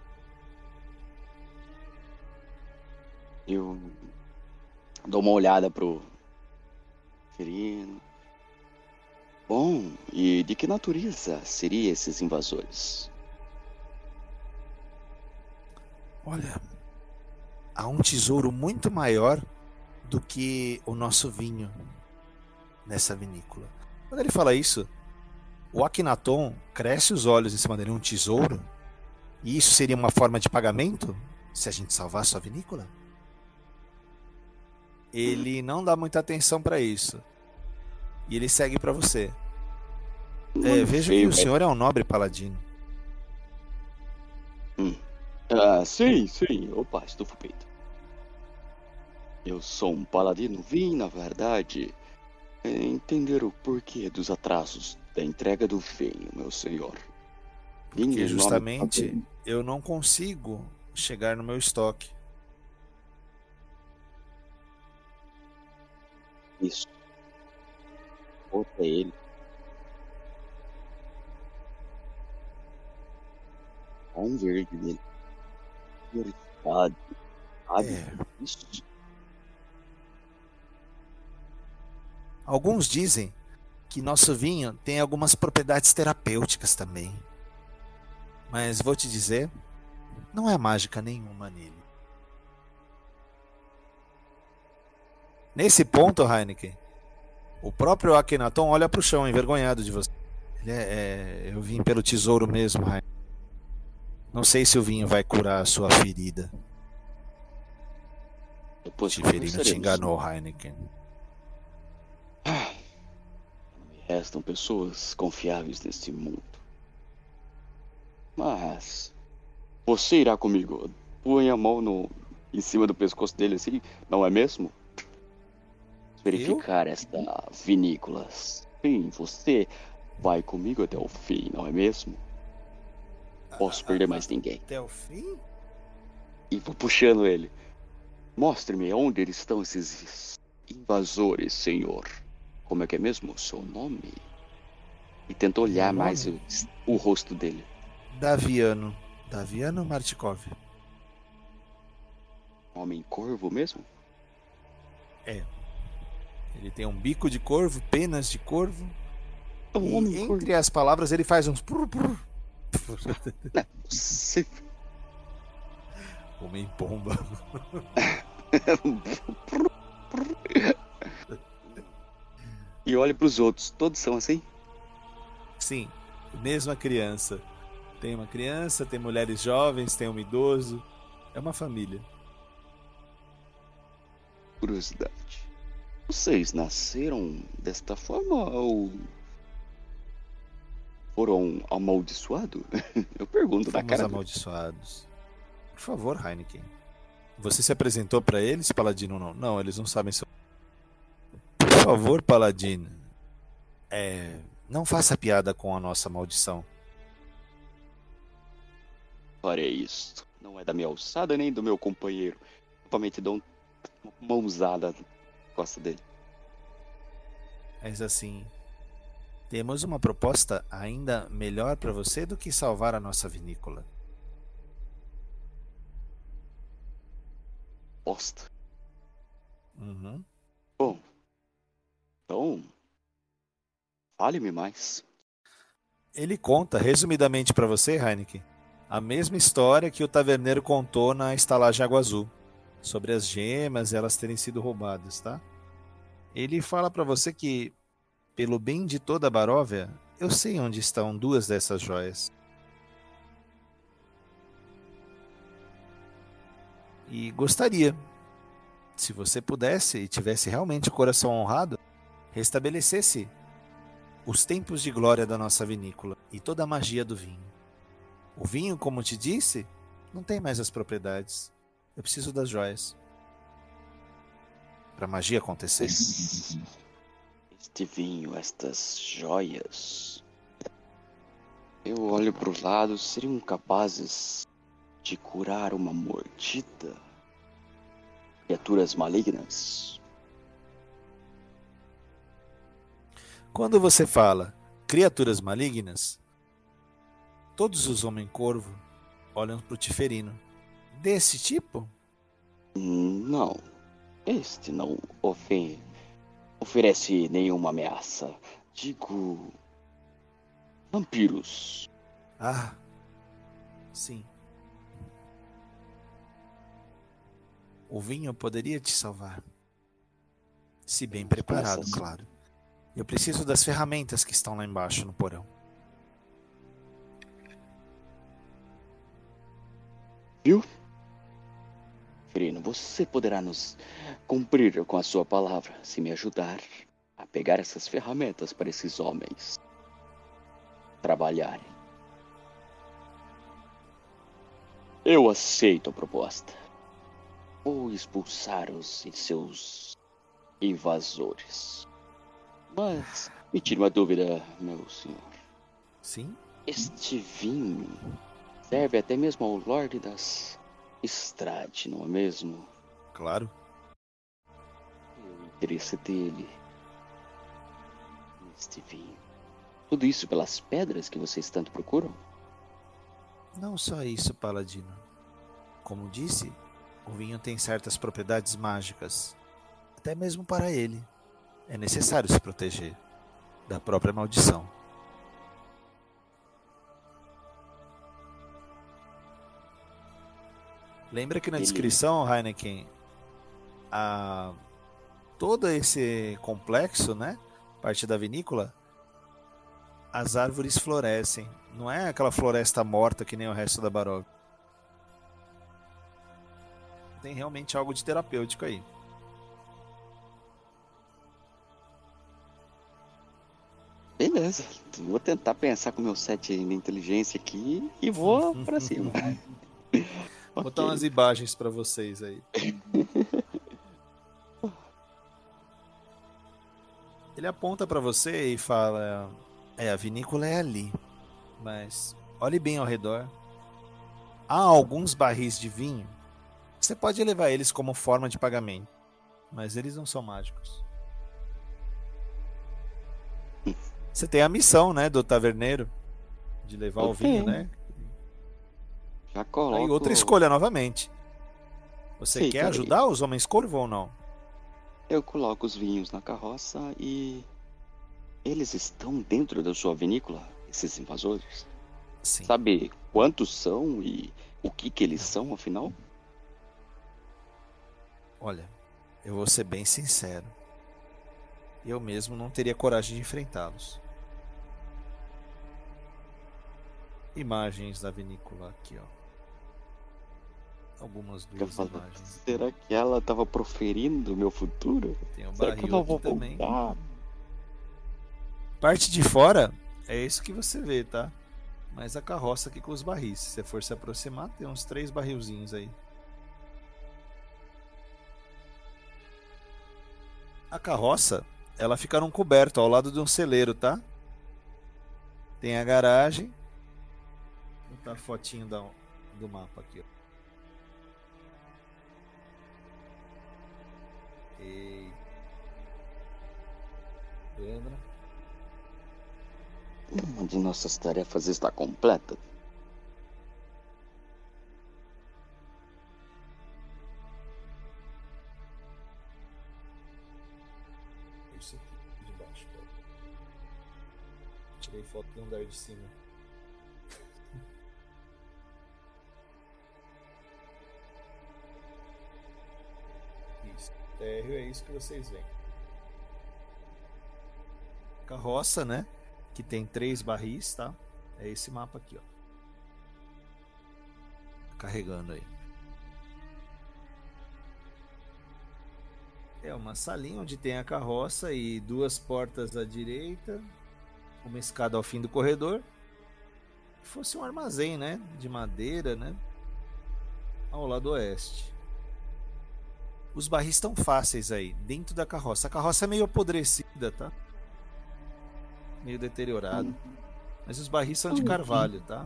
Eu dou uma olhada pro Ferino. Bom, e de que natureza seriam esses invasores? Olha, há um tesouro muito maior do que o nosso vinho nessa vinícola. Quando ele fala isso, o Akhenaton cresce os olhos em cima dele, um tesouro? E isso seria uma forma de pagamento se a gente salvasse a vinícola? Ele não dá muita atenção para isso. E ele segue para você. Veja que o senhor é um nobre paladino. Ah, sim, sim. Opa, estufa o peito. Eu sou um paladino. Vim, na verdade, entender o porquê dos atrasos da entrega do vinho, meu senhor. Vim Porque em nome do justamente paladino. eu não consigo chegar no meu estoque. Isso. Outra ele. Dá um verde nele. Prioridade. Sabe? É. Isso. Alguns dizem que nosso vinho tem algumas propriedades terapêuticas também. Mas vou te dizer, não é mágica nenhuma nele. Nesse ponto, Heineken, o próprio Akhenaton olha para o chão, envergonhado de você. Eu vim pelo tesouro mesmo, Heineken. Não sei se o vinho vai curar a sua ferida. Depois Tiferino te conversaremos. enganou, Heineken. Não me restam pessoas confiáveis neste mundo. Mas você irá comigo. Põe a mão em cima do pescoço dele assim, não é mesmo? Verificar esta vinícola. Sim, você vai comigo até o fim, não é mesmo? Posso perder mais ninguém. Até o fim? E vou puxando ele. Mostre-me onde estão esses invasores, senhor. Como é que é mesmo o seu nome? E tentou olhar Meu mais nome? o rosto dele. Daviano. Daviano Martikov. Homem corvo mesmo? É. Ele tem um bico de corvo, penas de corvo. É um E homem corvo. entre as palavras ele faz uns prur, prur. Não é possível. Homem pomba. E olha pros outros, todos são assim? Sim, mesma criança. Tem uma criança, tem mulheres jovens, tem um idoso. É uma família. Curiosidade. Vocês nasceram desta forma ou foram amaldiçoados? Eu pergunto na Fomos cara dele. amaldiçoados. Por favor, Heineken. Você se apresentou pra eles, Paladino? Não, não, eles não sabem seu. Por favor, Paladino. Não faça piada com a nossa maldição. Farei isso. Não é da minha alçada nem do meu companheiro. Novamente dou uma mãozada na costa dele. Mas assim, temos uma proposta ainda melhor pra você do que salvar a nossa vinícola. Bosta. Uhum. Bom. Então. Fale-me mais. Ele conta, resumidamente pra você, Heineken, a mesma história que o taverneiro contou na estalagem Água Azul, sobre as gemas e elas terem sido roubadas, tá? Ele fala pra você que, pelo bem de toda a Baróvia, eu sei onde estão duas dessas joias. E gostaria, se você pudesse e tivesse realmente o coração honrado, restabelecesse os tempos de glória da nossa vinícola e toda a magia do vinho. O vinho, como te disse, não tem mais as propriedades. Eu preciso das joias para a magia acontecer. Este vinho, estas joias. Eu olho para o lado, seriam capazes de curar uma mordida? Criaturas malignas? Quando você fala criaturas malignas, todos os homem-corvo olham para o Tiferino. Desse tipo? Não. Este não oferece nenhuma ameaça. Digo... vampiros. Ah, sim. O vinho poderia te salvar. Se bem preparado, Graças. claro. Eu preciso das ferramentas que estão lá embaixo no porão. Viu? Firino, você poderá nos cumprir com a sua palavra se me ajudar a pegar essas ferramentas para esses homens trabalharem. Eu aceito a proposta. Vou expulsar os seus invasores. Mas me tire uma dúvida, meu senhor. Sim? Este vinho serve até mesmo ao Lorde das Estrade, não é mesmo? Claro. O interesse dele neste vinho. Tudo isso pelas pedras que vocês tanto procuram? Não só isso, Paladino. Como disse, o vinho tem certas propriedades mágicas. Até mesmo para ele. É necessário se proteger da própria maldição. Lembra que na descrição, Heineken, todo esse complexo, né, parte da vinícola, as árvores florescem. Não é aquela floresta morta que nem o resto da Barov. Tem realmente algo de terapêutico aí. Beleza, vou tentar pensar com meu 7 de inteligência aqui e vou pra cima. Vou botar umas imagens pra vocês aí. Ele aponta pra você e fala: a vinícola é ali, mas olhe bem ao redor. Há alguns barris de vinho. Você pode levar eles como forma de pagamento, mas eles não são mágicos. Você tem a missão, né, do taverneiro de levar o vinho, né? Já coloco. Aí outra escolha novamente. Você Sim, quer ajudar os homens corvo ou não? Eu coloco os vinhos na carroça e eles estão dentro da sua vinícola, esses invasores? Sim. Sabe quantos são e o que eles são, afinal? Olha, eu vou ser bem sincero. Eu mesmo não teria coragem de enfrentá-los. Imagens da vinícola aqui, ó. Algumas duas imagens. Será que ela estava proferindo o meu futuro? Tem o Será que eu barril não vou aqui também. voltar? Parte de fora é isso que você vê, tá? Mas a carroça aqui com os barris. Se você for se aproximar, tem uns 3 barrilzinhos aí. A carroça, ela fica num coberto ao lado de um celeiro, tá? Tem a garagem. Vou botar a fotinho do mapa aqui, ó. E... Lembra? Uma de nossas tarefas está completa. Isso aqui de baixo, cara. Tirei foto do andar de cima. Isso. Térreo é isso que vocês veem. Carroça, né? Que tem 3 barris, tá? É esse mapa aqui, ó. Carregando aí. É uma salinha onde tem a carroça e 2 portas à direita, uma escada ao fim do corredor. Fosse um armazém, né? De madeira, né? Ao lado oeste. Os barris estão fáceis aí, dentro da carroça. A carroça é meio apodrecida, tá? Meio deteriorada. Mas os barris são de carvalho, tá?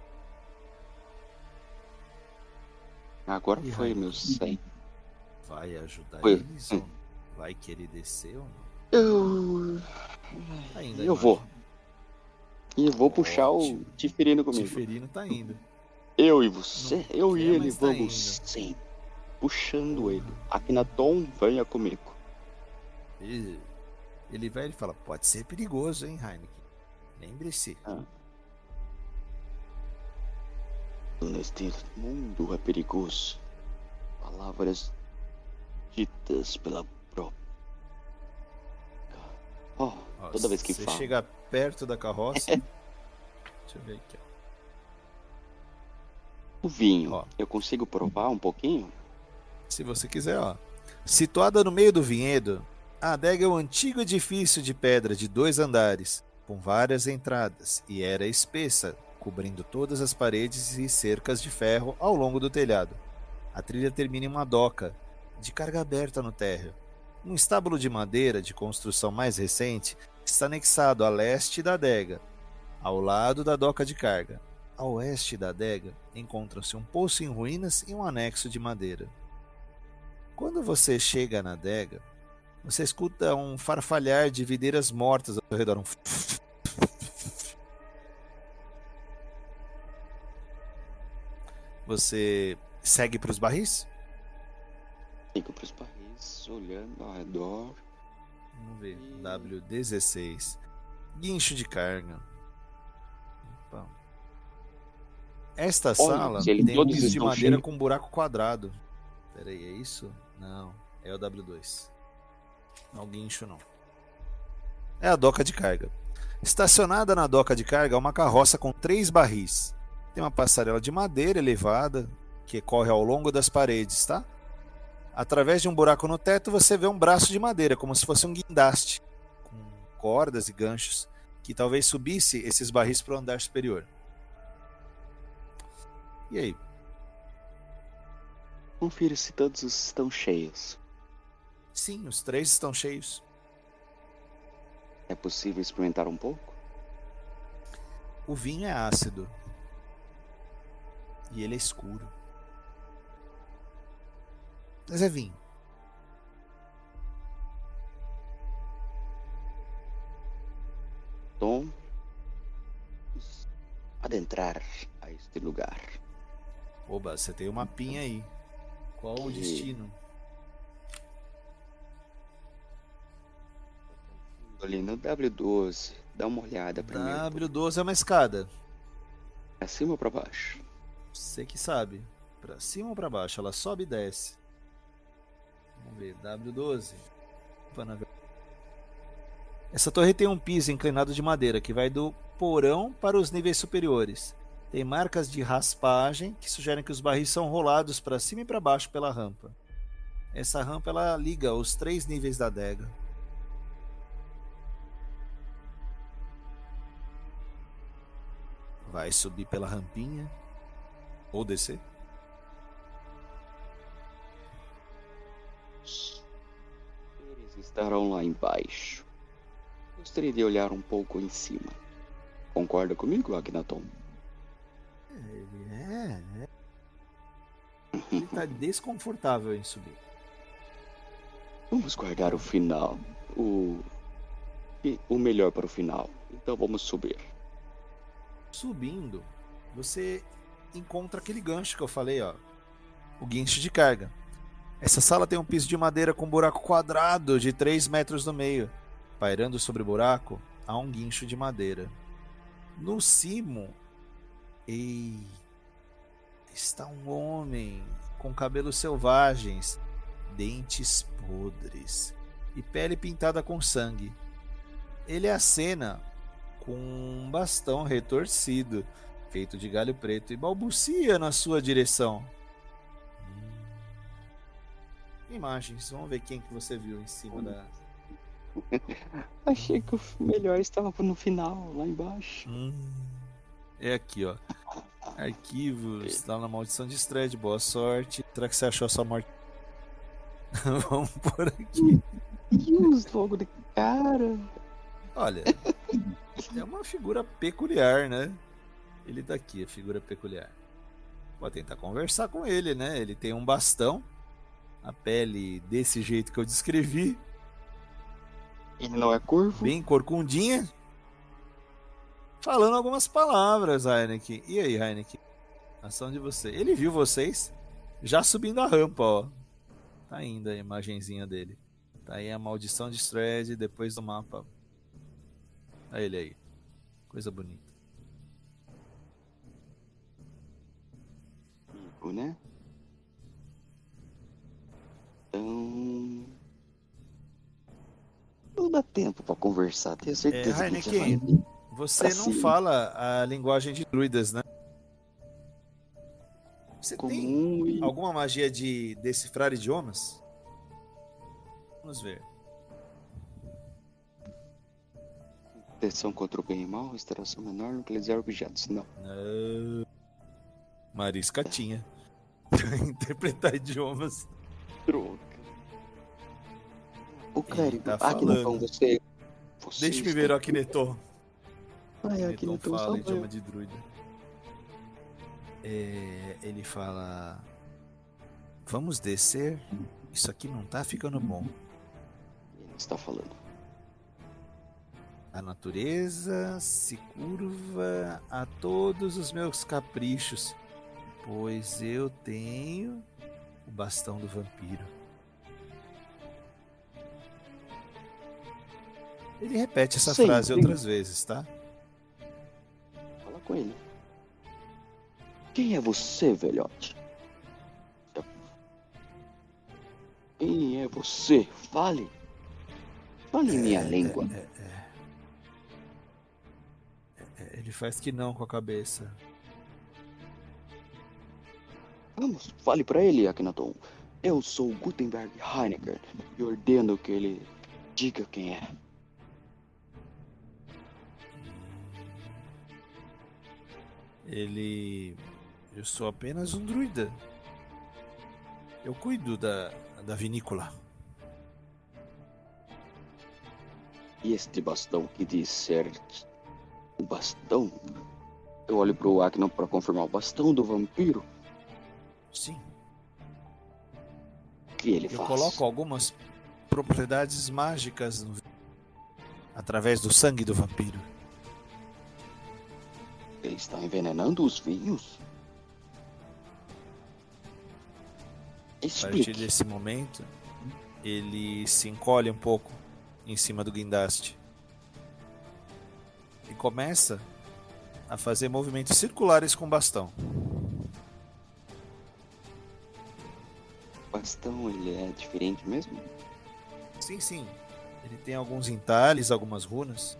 Agora E foi aí? meu 100. Vai ajudar Oi. eles ou não? Vai querer descer ou não? Eu Ainda Eu vou. E vou puxar Ótimo. o Tiferino O comigo. Tiferino tá indo. Eu e você, Não eu e quer, ele mas tá vamos indo. sim. Puxando ele. Akhenaton, venha comigo. Ele vai e fala, pode ser perigoso, hein, Heineken? Lembre-se. Neste mundo é perigoso. Palavras ditas pela própria. Oh, Ó, toda vez que você falo. chega perto da carroça. Deixa eu ver aqui, ó. O vinho, Ó. eu consigo provar um pouquinho? Se você quiser, ó. Situada no meio do vinhedo, a adega é um antigo edifício de pedra de 2 andares, com várias entradas, e era espessa, cobrindo todas as paredes e cercas de ferro ao longo do telhado. A trilha termina em uma doca, de carga aberta no térreo. Um estábulo de madeira de construção mais recente está anexado a leste da adega, ao lado da doca de carga. A oeste da adega encontra-se um poço em ruínas e um anexo de madeira. Quando você chega na adega, você escuta um farfalhar de videiras mortas ao redor. Você segue para os barris? Sigo pros barris, olhando ao redor. Vamos ver. W16. Guincho de carga. Opa. Esta sala se tem um todos piso de estão madeira cheios. com um buraco quadrado. Pera aí, é isso? Não, é o W2. Não, o guincho não. É a doca de carga. Estacionada na doca de carga é uma carroça com 3 barris. Tem uma passarela de madeira elevada que corre ao longo das paredes, tá? Através de um buraco no teto você vê um braço de madeira, como se fosse um guindaste, com cordas e ganchos, que talvez subisse esses barris para o andar superior. E aí? Confira se todos estão cheios. Sim, os 3 estão cheios. É possível experimentar um pouco? O vinho é ácido. E ele é escuro. Mas é vinho. Então, vamos adentrar a este lugar. Oba, você tem um mapinha aí. Qual o Que- destino? Ali no W12, dá uma olhada primeiro. W12 é uma escada. Pra cima ou pra baixo? Você que sabe. Pra cima ou pra baixo? Ela sobe e desce. Vamos ver. W12. Opa, essa torre tem um piso inclinado de madeira que vai do porão para os níveis superiores. Tem marcas de raspagem que sugerem que os barris são rolados para cima e para baixo pela rampa. Essa rampa ela liga os 3 níveis da adega. Vai subir pela rampinha ou descer? Eles estarão lá embaixo. Gostaria de olhar um pouco em cima. Concorda comigo, Akhenaton? Ele tá desconfortável em subir. Vamos guardar o final. O melhor para o final. Então vamos subir. Subindo, você encontra aquele gancho que eu falei, ó. O guincho de carga. Essa sala tem um piso de madeira com um buraco quadrado de 3 metros no meio. Pairando sobre o buraco, há um guincho de madeira. No cimo, está um homem com cabelos selvagens, dentes podres e pele pintada com sangue. Ele acena com um bastão retorcido, feito de galho preto, e balbucia na sua direção. Imagens, vamos ver quem que você viu em cima da... Achei que o melhor estava no final, lá embaixo. É aqui, ó. Arquivos, tá na maldição de Strad, boa sorte. Será que você achou a sua morte? Vamos por aqui. Deus, logo de cara. Olha, é uma figura peculiar, né? Ele tá aqui, a figura peculiar. Vou tentar conversar com ele, né? Ele tem um bastão, a pele desse jeito que eu descrevi, Ele não é curvo? bem corcundinha, falando algumas palavras, Heineken. E aí, Heineken? Ação de você. Ele viu vocês já subindo a rampa, ó. Tá indo a imagenzinha dele. Tá aí a maldição de Strad depois do mapa. Olha ele aí. Coisa bonita. Né? Então... não dá tempo pra conversar. Tenho certeza que a gente Heineken, vai... você pra não cima. fala a linguagem de druidas, né? Você tem comum e... alguma magia de decifrar idiomas? Vamos ver. proteção contra o bem e mal, restauração menor, localizar objetos. Não. Marisca tinha. Interpretar idiomas. Droga. O clérigo, tá Akhenaton, você Deixa-me ver o Akhenaton. Ai, Akhenaton Akhenaton, fala salva idioma eu. de druida. Ele fala... Vamos descer? Isso aqui não tá ficando bom. Ele está falando. A natureza se curva a todos os meus caprichos, pois eu tenho o bastão do vampiro. Ele repete essa Sim, frase sim. outras vezes, tá? Fala com ele. Quem é você, velhote? Quem é você? Fale. Fale em minha língua. Ele faz que não com a cabeça. Vamos, fale pra ele, Akhenaton. Eu sou Gutenberg Heineken e ordeno que ele diga quem é. Eu sou apenas um druida. Eu cuido da vinícola. E este bastão que diz ser o bastão? Eu olho pro Akhenaton pra confirmar o bastão do vampiro. Sim. O que ele Eu faz? coloco algumas propriedades mágicas através do sangue do vampiro. Ele está envenenando os vinhos? A partir Explique. desse momento, ele se encolhe um pouco em cima do guindaste e começa a fazer movimentos circulares com o bastão. O bastão, ele é diferente mesmo? Sim, sim. Ele tem alguns entalhes, algumas runas.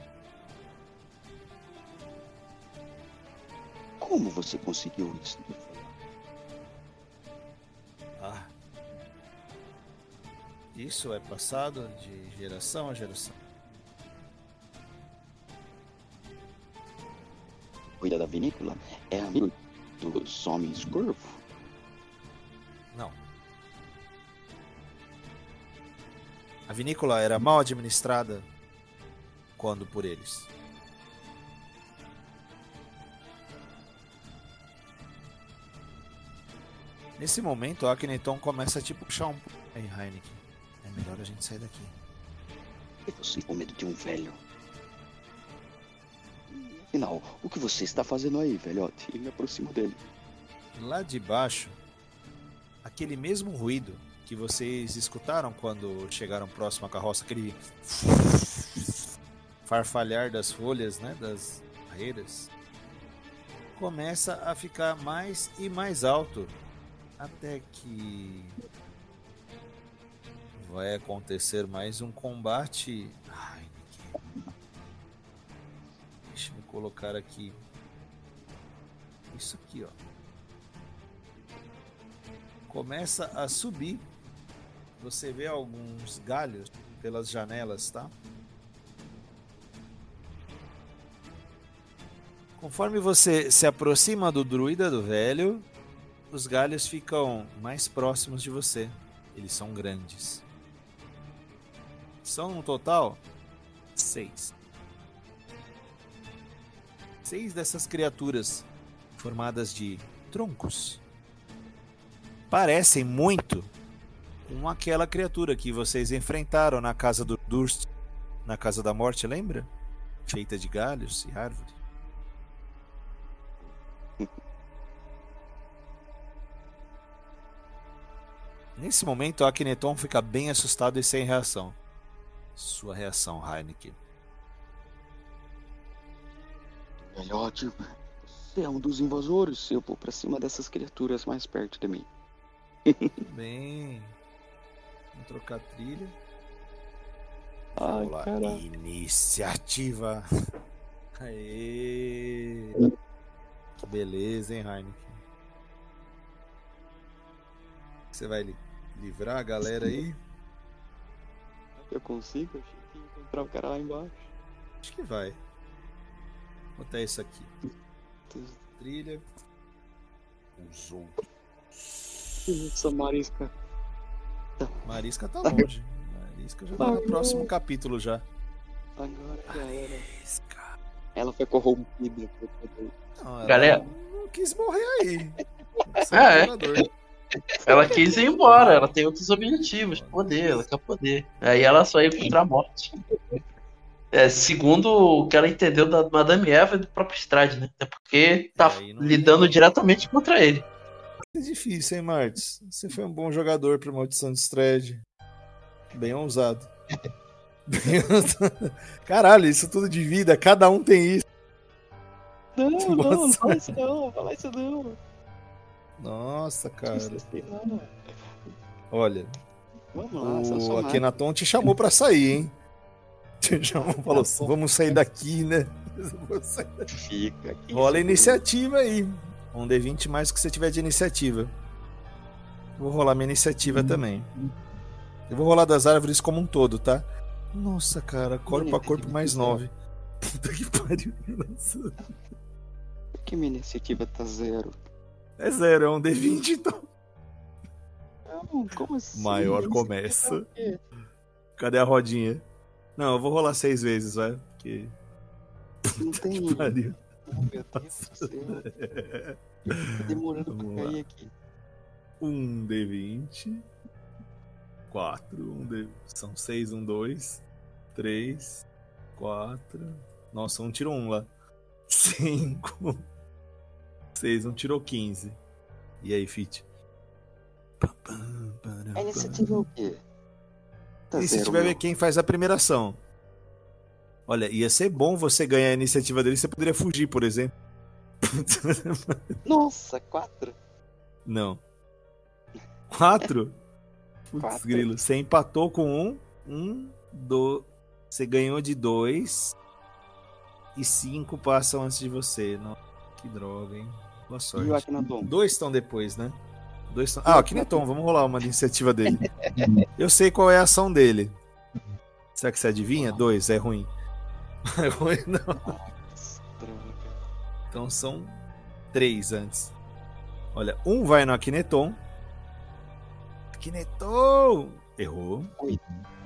Como você conseguiu isso? Isso é passado de geração a geração. Cuida da vinícola? É amigo dos homens corvo? Não. A vinícola era mal administrada quando por eles. Nesse momento, o Akhenaton começa a te puxar um pouco. Ei, Heineken, é melhor a gente sair daqui. E você com medo de um velho? Afinal, o que você está fazendo aí, velhote? E me aproximo dele. Lá de baixo, aquele mesmo ruído que vocês escutaram quando chegaram próximo à carroça, aquele farfalhar das folhas, né, das barreiras, começa a ficar mais e mais alto, até que vai acontecer mais um combate. Ai, deixa eu colocar aqui isso aqui, ó. Começa a subir. Você vê alguns galhos pelas janelas, tá? Conforme você se aproxima do druida, do velho, os galhos ficam mais próximos de você. Eles são grandes. São no total 6. 6 dessas criaturas formadas de troncos. Parecem muito com aquela criatura que vocês enfrentaram na casa do Durst, na Casa da Morte, lembra? Feita de galhos e árvore. Nesse momento, o Akhenaton fica bem assustado e sem reação. Sua reação, Heineken. Velhote, você é um dos invasores. Eu vou pra cima dessas criaturas mais perto de mim. Bem. Vamos trocar trilha. Ai, Vamos lá. cara. Iniciativa. Aê. Que beleza, hein, Heineken? Você vai livrar a galera aí? Eu consigo? Achei que ia encontrar o cara lá embaixo. Acho que vai. Vou botar isso aqui. Trilha. Os outros. Isso, Marisca. Marisca tá longe. Marisca já tá no próximo capítulo já. Agora já era. Marisca. Ela foi corrompida. Não, ela Galera. não quis morrer aí. Ela quis ir embora, ela tem outros objetivos, poder, ela quer poder. Aí ela só ia contra a morte. Segundo o que ela entendeu da Madame Eva e do próprio Strade, né? Até porque tá lidando diretamente contra ele. É difícil, hein, Martins? Você foi um bom jogador pra Maldição de Strade. Bem ousado. Caralho, isso tudo de vida, cada um tem isso. Não fala isso não. Nossa, cara. Não. Olha, Vamos lá, o Akhenaton te chamou pra sair, hein? Te chamou, falou assim, vamos sair daqui, né? Fica aqui. Rola a iniciativa aí. Um D20 mais que você tiver de iniciativa. Vou rolar minha iniciativa também. Eu vou rolar das árvores como um todo, tá? Nossa, cara, corpo a corpo mais 9. Puta que pariu. Nossa. Por que minha iniciativa tá 0? É 0, é um D20 então. Não, como assim? Maior começa. Cadê a rodinha? Não, eu vou rolar 6 vezes, vai. Porque... Não Puta tem. que pariu. Meu Deus do céu. Tá demorando Vamos pra lá. cair aqui. Um D20. 4. São 6, 1, 2. 3. 4. Nossa, um tirou 1 lá. 5. 6, um tirou 15. E aí, Fit? A iniciativa é o quê? Tá E se 0, tiver meu. ver quem faz a primeira ação? Olha, ia ser bom você ganhar a iniciativa dele, você poderia fugir, por exemplo. Nossa, 4. Não. 4? Putz, 4. grilo. Você empatou com 1, 2. Você ganhou de 2. E 5 passam antes de você. Nossa, que droga, hein? Boa E o sorte. Akhenaton? 2 estão depois, né? 2 estão... Ah, o Akhenaton, vamos rolar uma iniciativa dele. Eu sei qual é a ação dele. Será que você adivinha? 2, é ruim. É ruim, não. Nossa, droga. Então são 3 antes. Olha, um vai no Akhenaton. Akhenaton! Errou. 8.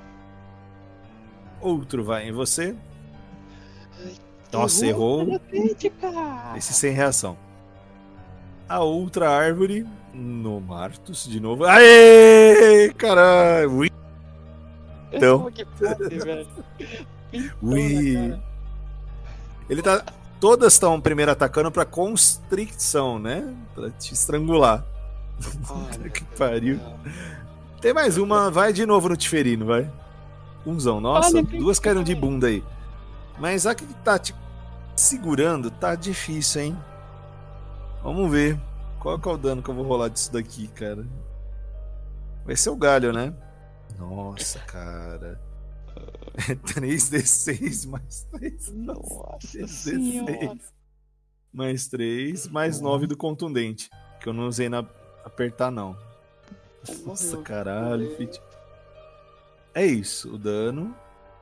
Outro vai em você. Nossa, errou. Esse sem reação. A outra árvore no Martus de novo. Aê! Caralho! Ui. Então. Que pode, velho. Ui. Ele tá. Todas estão primeiro atacando pra constricção, né? Pra te estrangular. Puta que pariu. Tem mais uma, vai de novo no Tiferino, vai. Umzão, nossa, Olha, 2 caíram de bunda aí. Mas a que tá te segurando tá difícil, hein? Vamos ver. Qual que é o dano que eu vou rolar disso daqui, cara? Vai ser o galho, né? Nossa, cara. É 3d6 mais 3. Nossa 16. Mais 3, mais 9 do contundente. Que eu não usei na apertar, não. Nossa, caralho, Fit. É isso, o dano.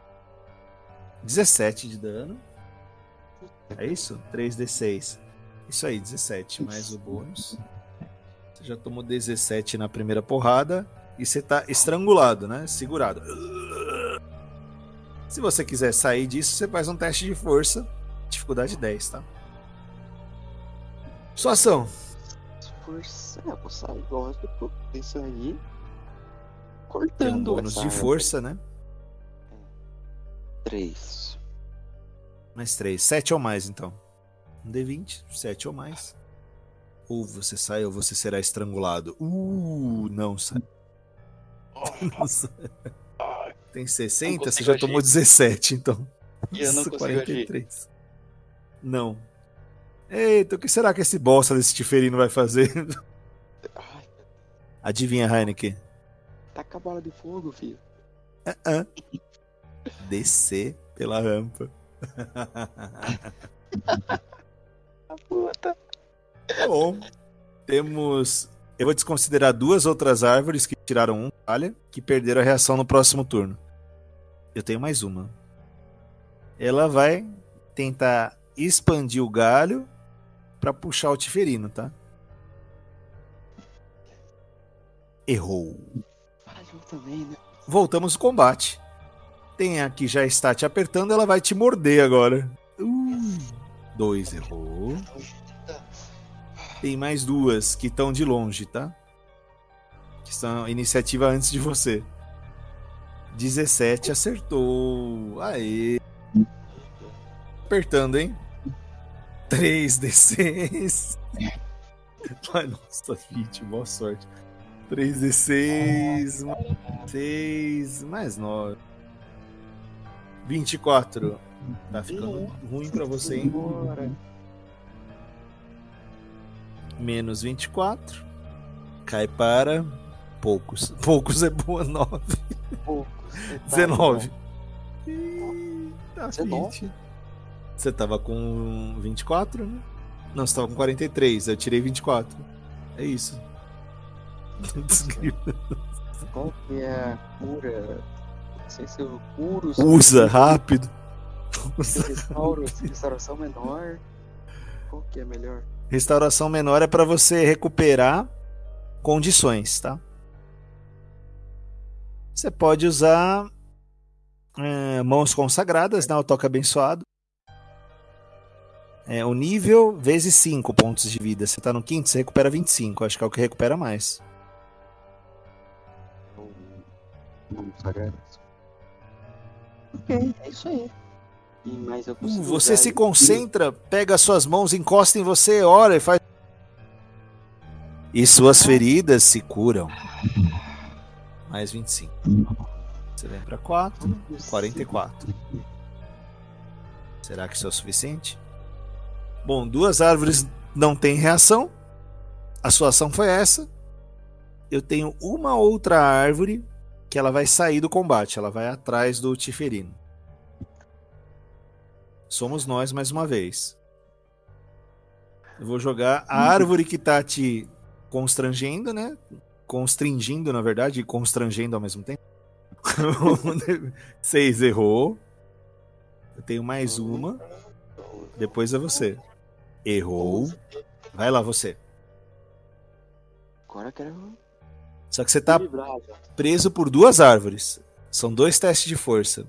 17 de dano. É isso? 3d6. Isso aí, 17 mais o bônus. Você já tomou 17 na primeira porrada. E você tá estrangulado, né? Segurado. Se você quiser sair disso, você faz um teste de força. Dificuldade 10, tá? Sua ação. Força, eu vou sair, lógico. Isso aí. Tem Cortando. um bônus essa de árvore. força, né? 3. Mais 3. 7 ou mais, então. Um D20. 7 ou mais. Ou você sai ou você será estrangulado. Não sai. Não sai. Tem 60, você já tomou 17, então. E eu não Nossa, consigo agir. 43. Não. Eita, o que será que esse bosta desse Tiferino vai fazer? Ai, Adivinha, Heineken? taca a bola de fogo, filho. Descer pela rampa. A puta. Bom, temos... Eu vou desconsiderar 2 outras árvores que tiraram 1 falha, que perderam a reação no próximo turno. Eu tenho mais uma. Ela vai tentar expandir o galho pra puxar o Tiferino, tá? Errou. Falhou também, né? Voltamos ao combate. Tem a que já está te apertando, ela vai te morder agora. 2 errou. Tem mais 2 que estão de longe, tá? Que são iniciativa antes de você. 17 acertou. Aê. Apertando, hein? 3d6. Ai, nossa, 20, boa sorte. 3d6 mais 6 mais 9. 24. Tá ficando ruim pra você, hein? Menos 24. Cai para poucos. Poucos é boa, 9. Poucos. 19. Tá 19? 20. Você tava com 24, né? Não, você tava com 43. Eu tirei 24. É isso. Qual que é a cura? Não sei se eu curo. Usa rápido. Restauração menor. Qual que é melhor? Restauração menor é pra você recuperar condições, tá? Você pode usar mãos consagradas, né? O toque abençoado. O nível vezes 5 pontos de vida. Você tá no 5º, você recupera 25. Acho que é o que recupera mais. Ok, é isso aí. Mas eu consigo Você usar se ele. concentra, pega as suas mãos, encosta em você, ora e faz. E suas feridas se curam. Mais 25. Você vem pra 4, 44. Será que isso é o suficiente? Bom, 2 árvores não têm reação. A sua ação foi essa. Eu tenho uma outra árvore que ela vai sair do combate. Ela vai atrás do Tiferino. Somos nós mais uma vez. Eu vou jogar a árvore que tá te constrangendo, né? Constringindo, na verdade, e constrangendo ao mesmo tempo. 6 errou. Eu tenho mais uma. Depois é você. Errou. Vai lá, você. Agora eu quero Só que você tá livrar já. preso por 2 árvores. São 2 testes de força.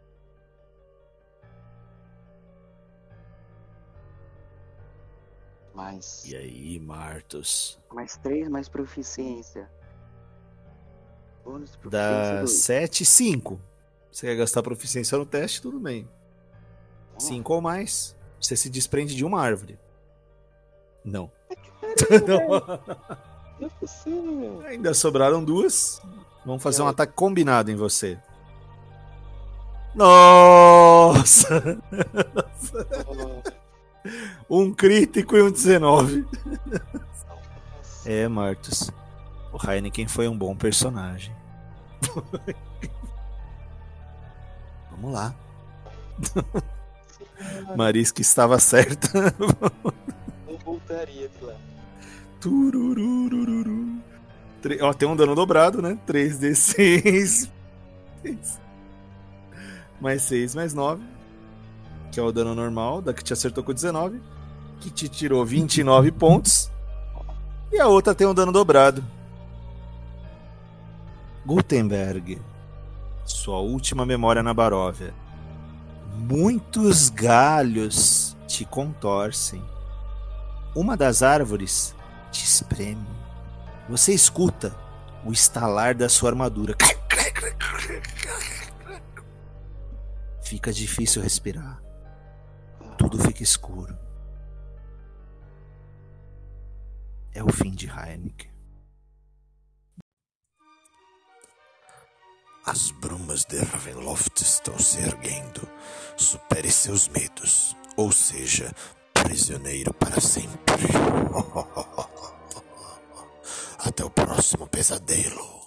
E aí, Martos? Mais 3, mais proficiência. Bônus de Dá proficiência 2. 7, 5. Você quer gastar proficiência no teste, tudo bem. 5 ou mais, você se desprende de uma árvore. Não. Não é possível. Ainda sobraram 2. Vamos fazer um ataque combinado em você. Nossa! Um crítico e um 19. Martos. O Heineken foi um bom personagem. Vamos lá. Marisca estava certa. Não voltaria de lá. Turururururu. Ó, tem um dano dobrado, né? 3d6. Mais 6, mais 9. Que é o dano normal, da que te acertou com 19. Que te tirou 29 pontos. E a outra tem um dano dobrado. Gutenberg. Sua última memória na Baróvia. Muitos galhos te contorcem. Uma das árvores te espreme. Você escuta o estalar da sua armadura. Fica difícil respirar. Tudo fica escuro. É o fim de Heineken. As brumas de Ravenloft estão se erguendo. Supere seus medos, ou seja, prisioneiro para sempre. Até o próximo pesadelo.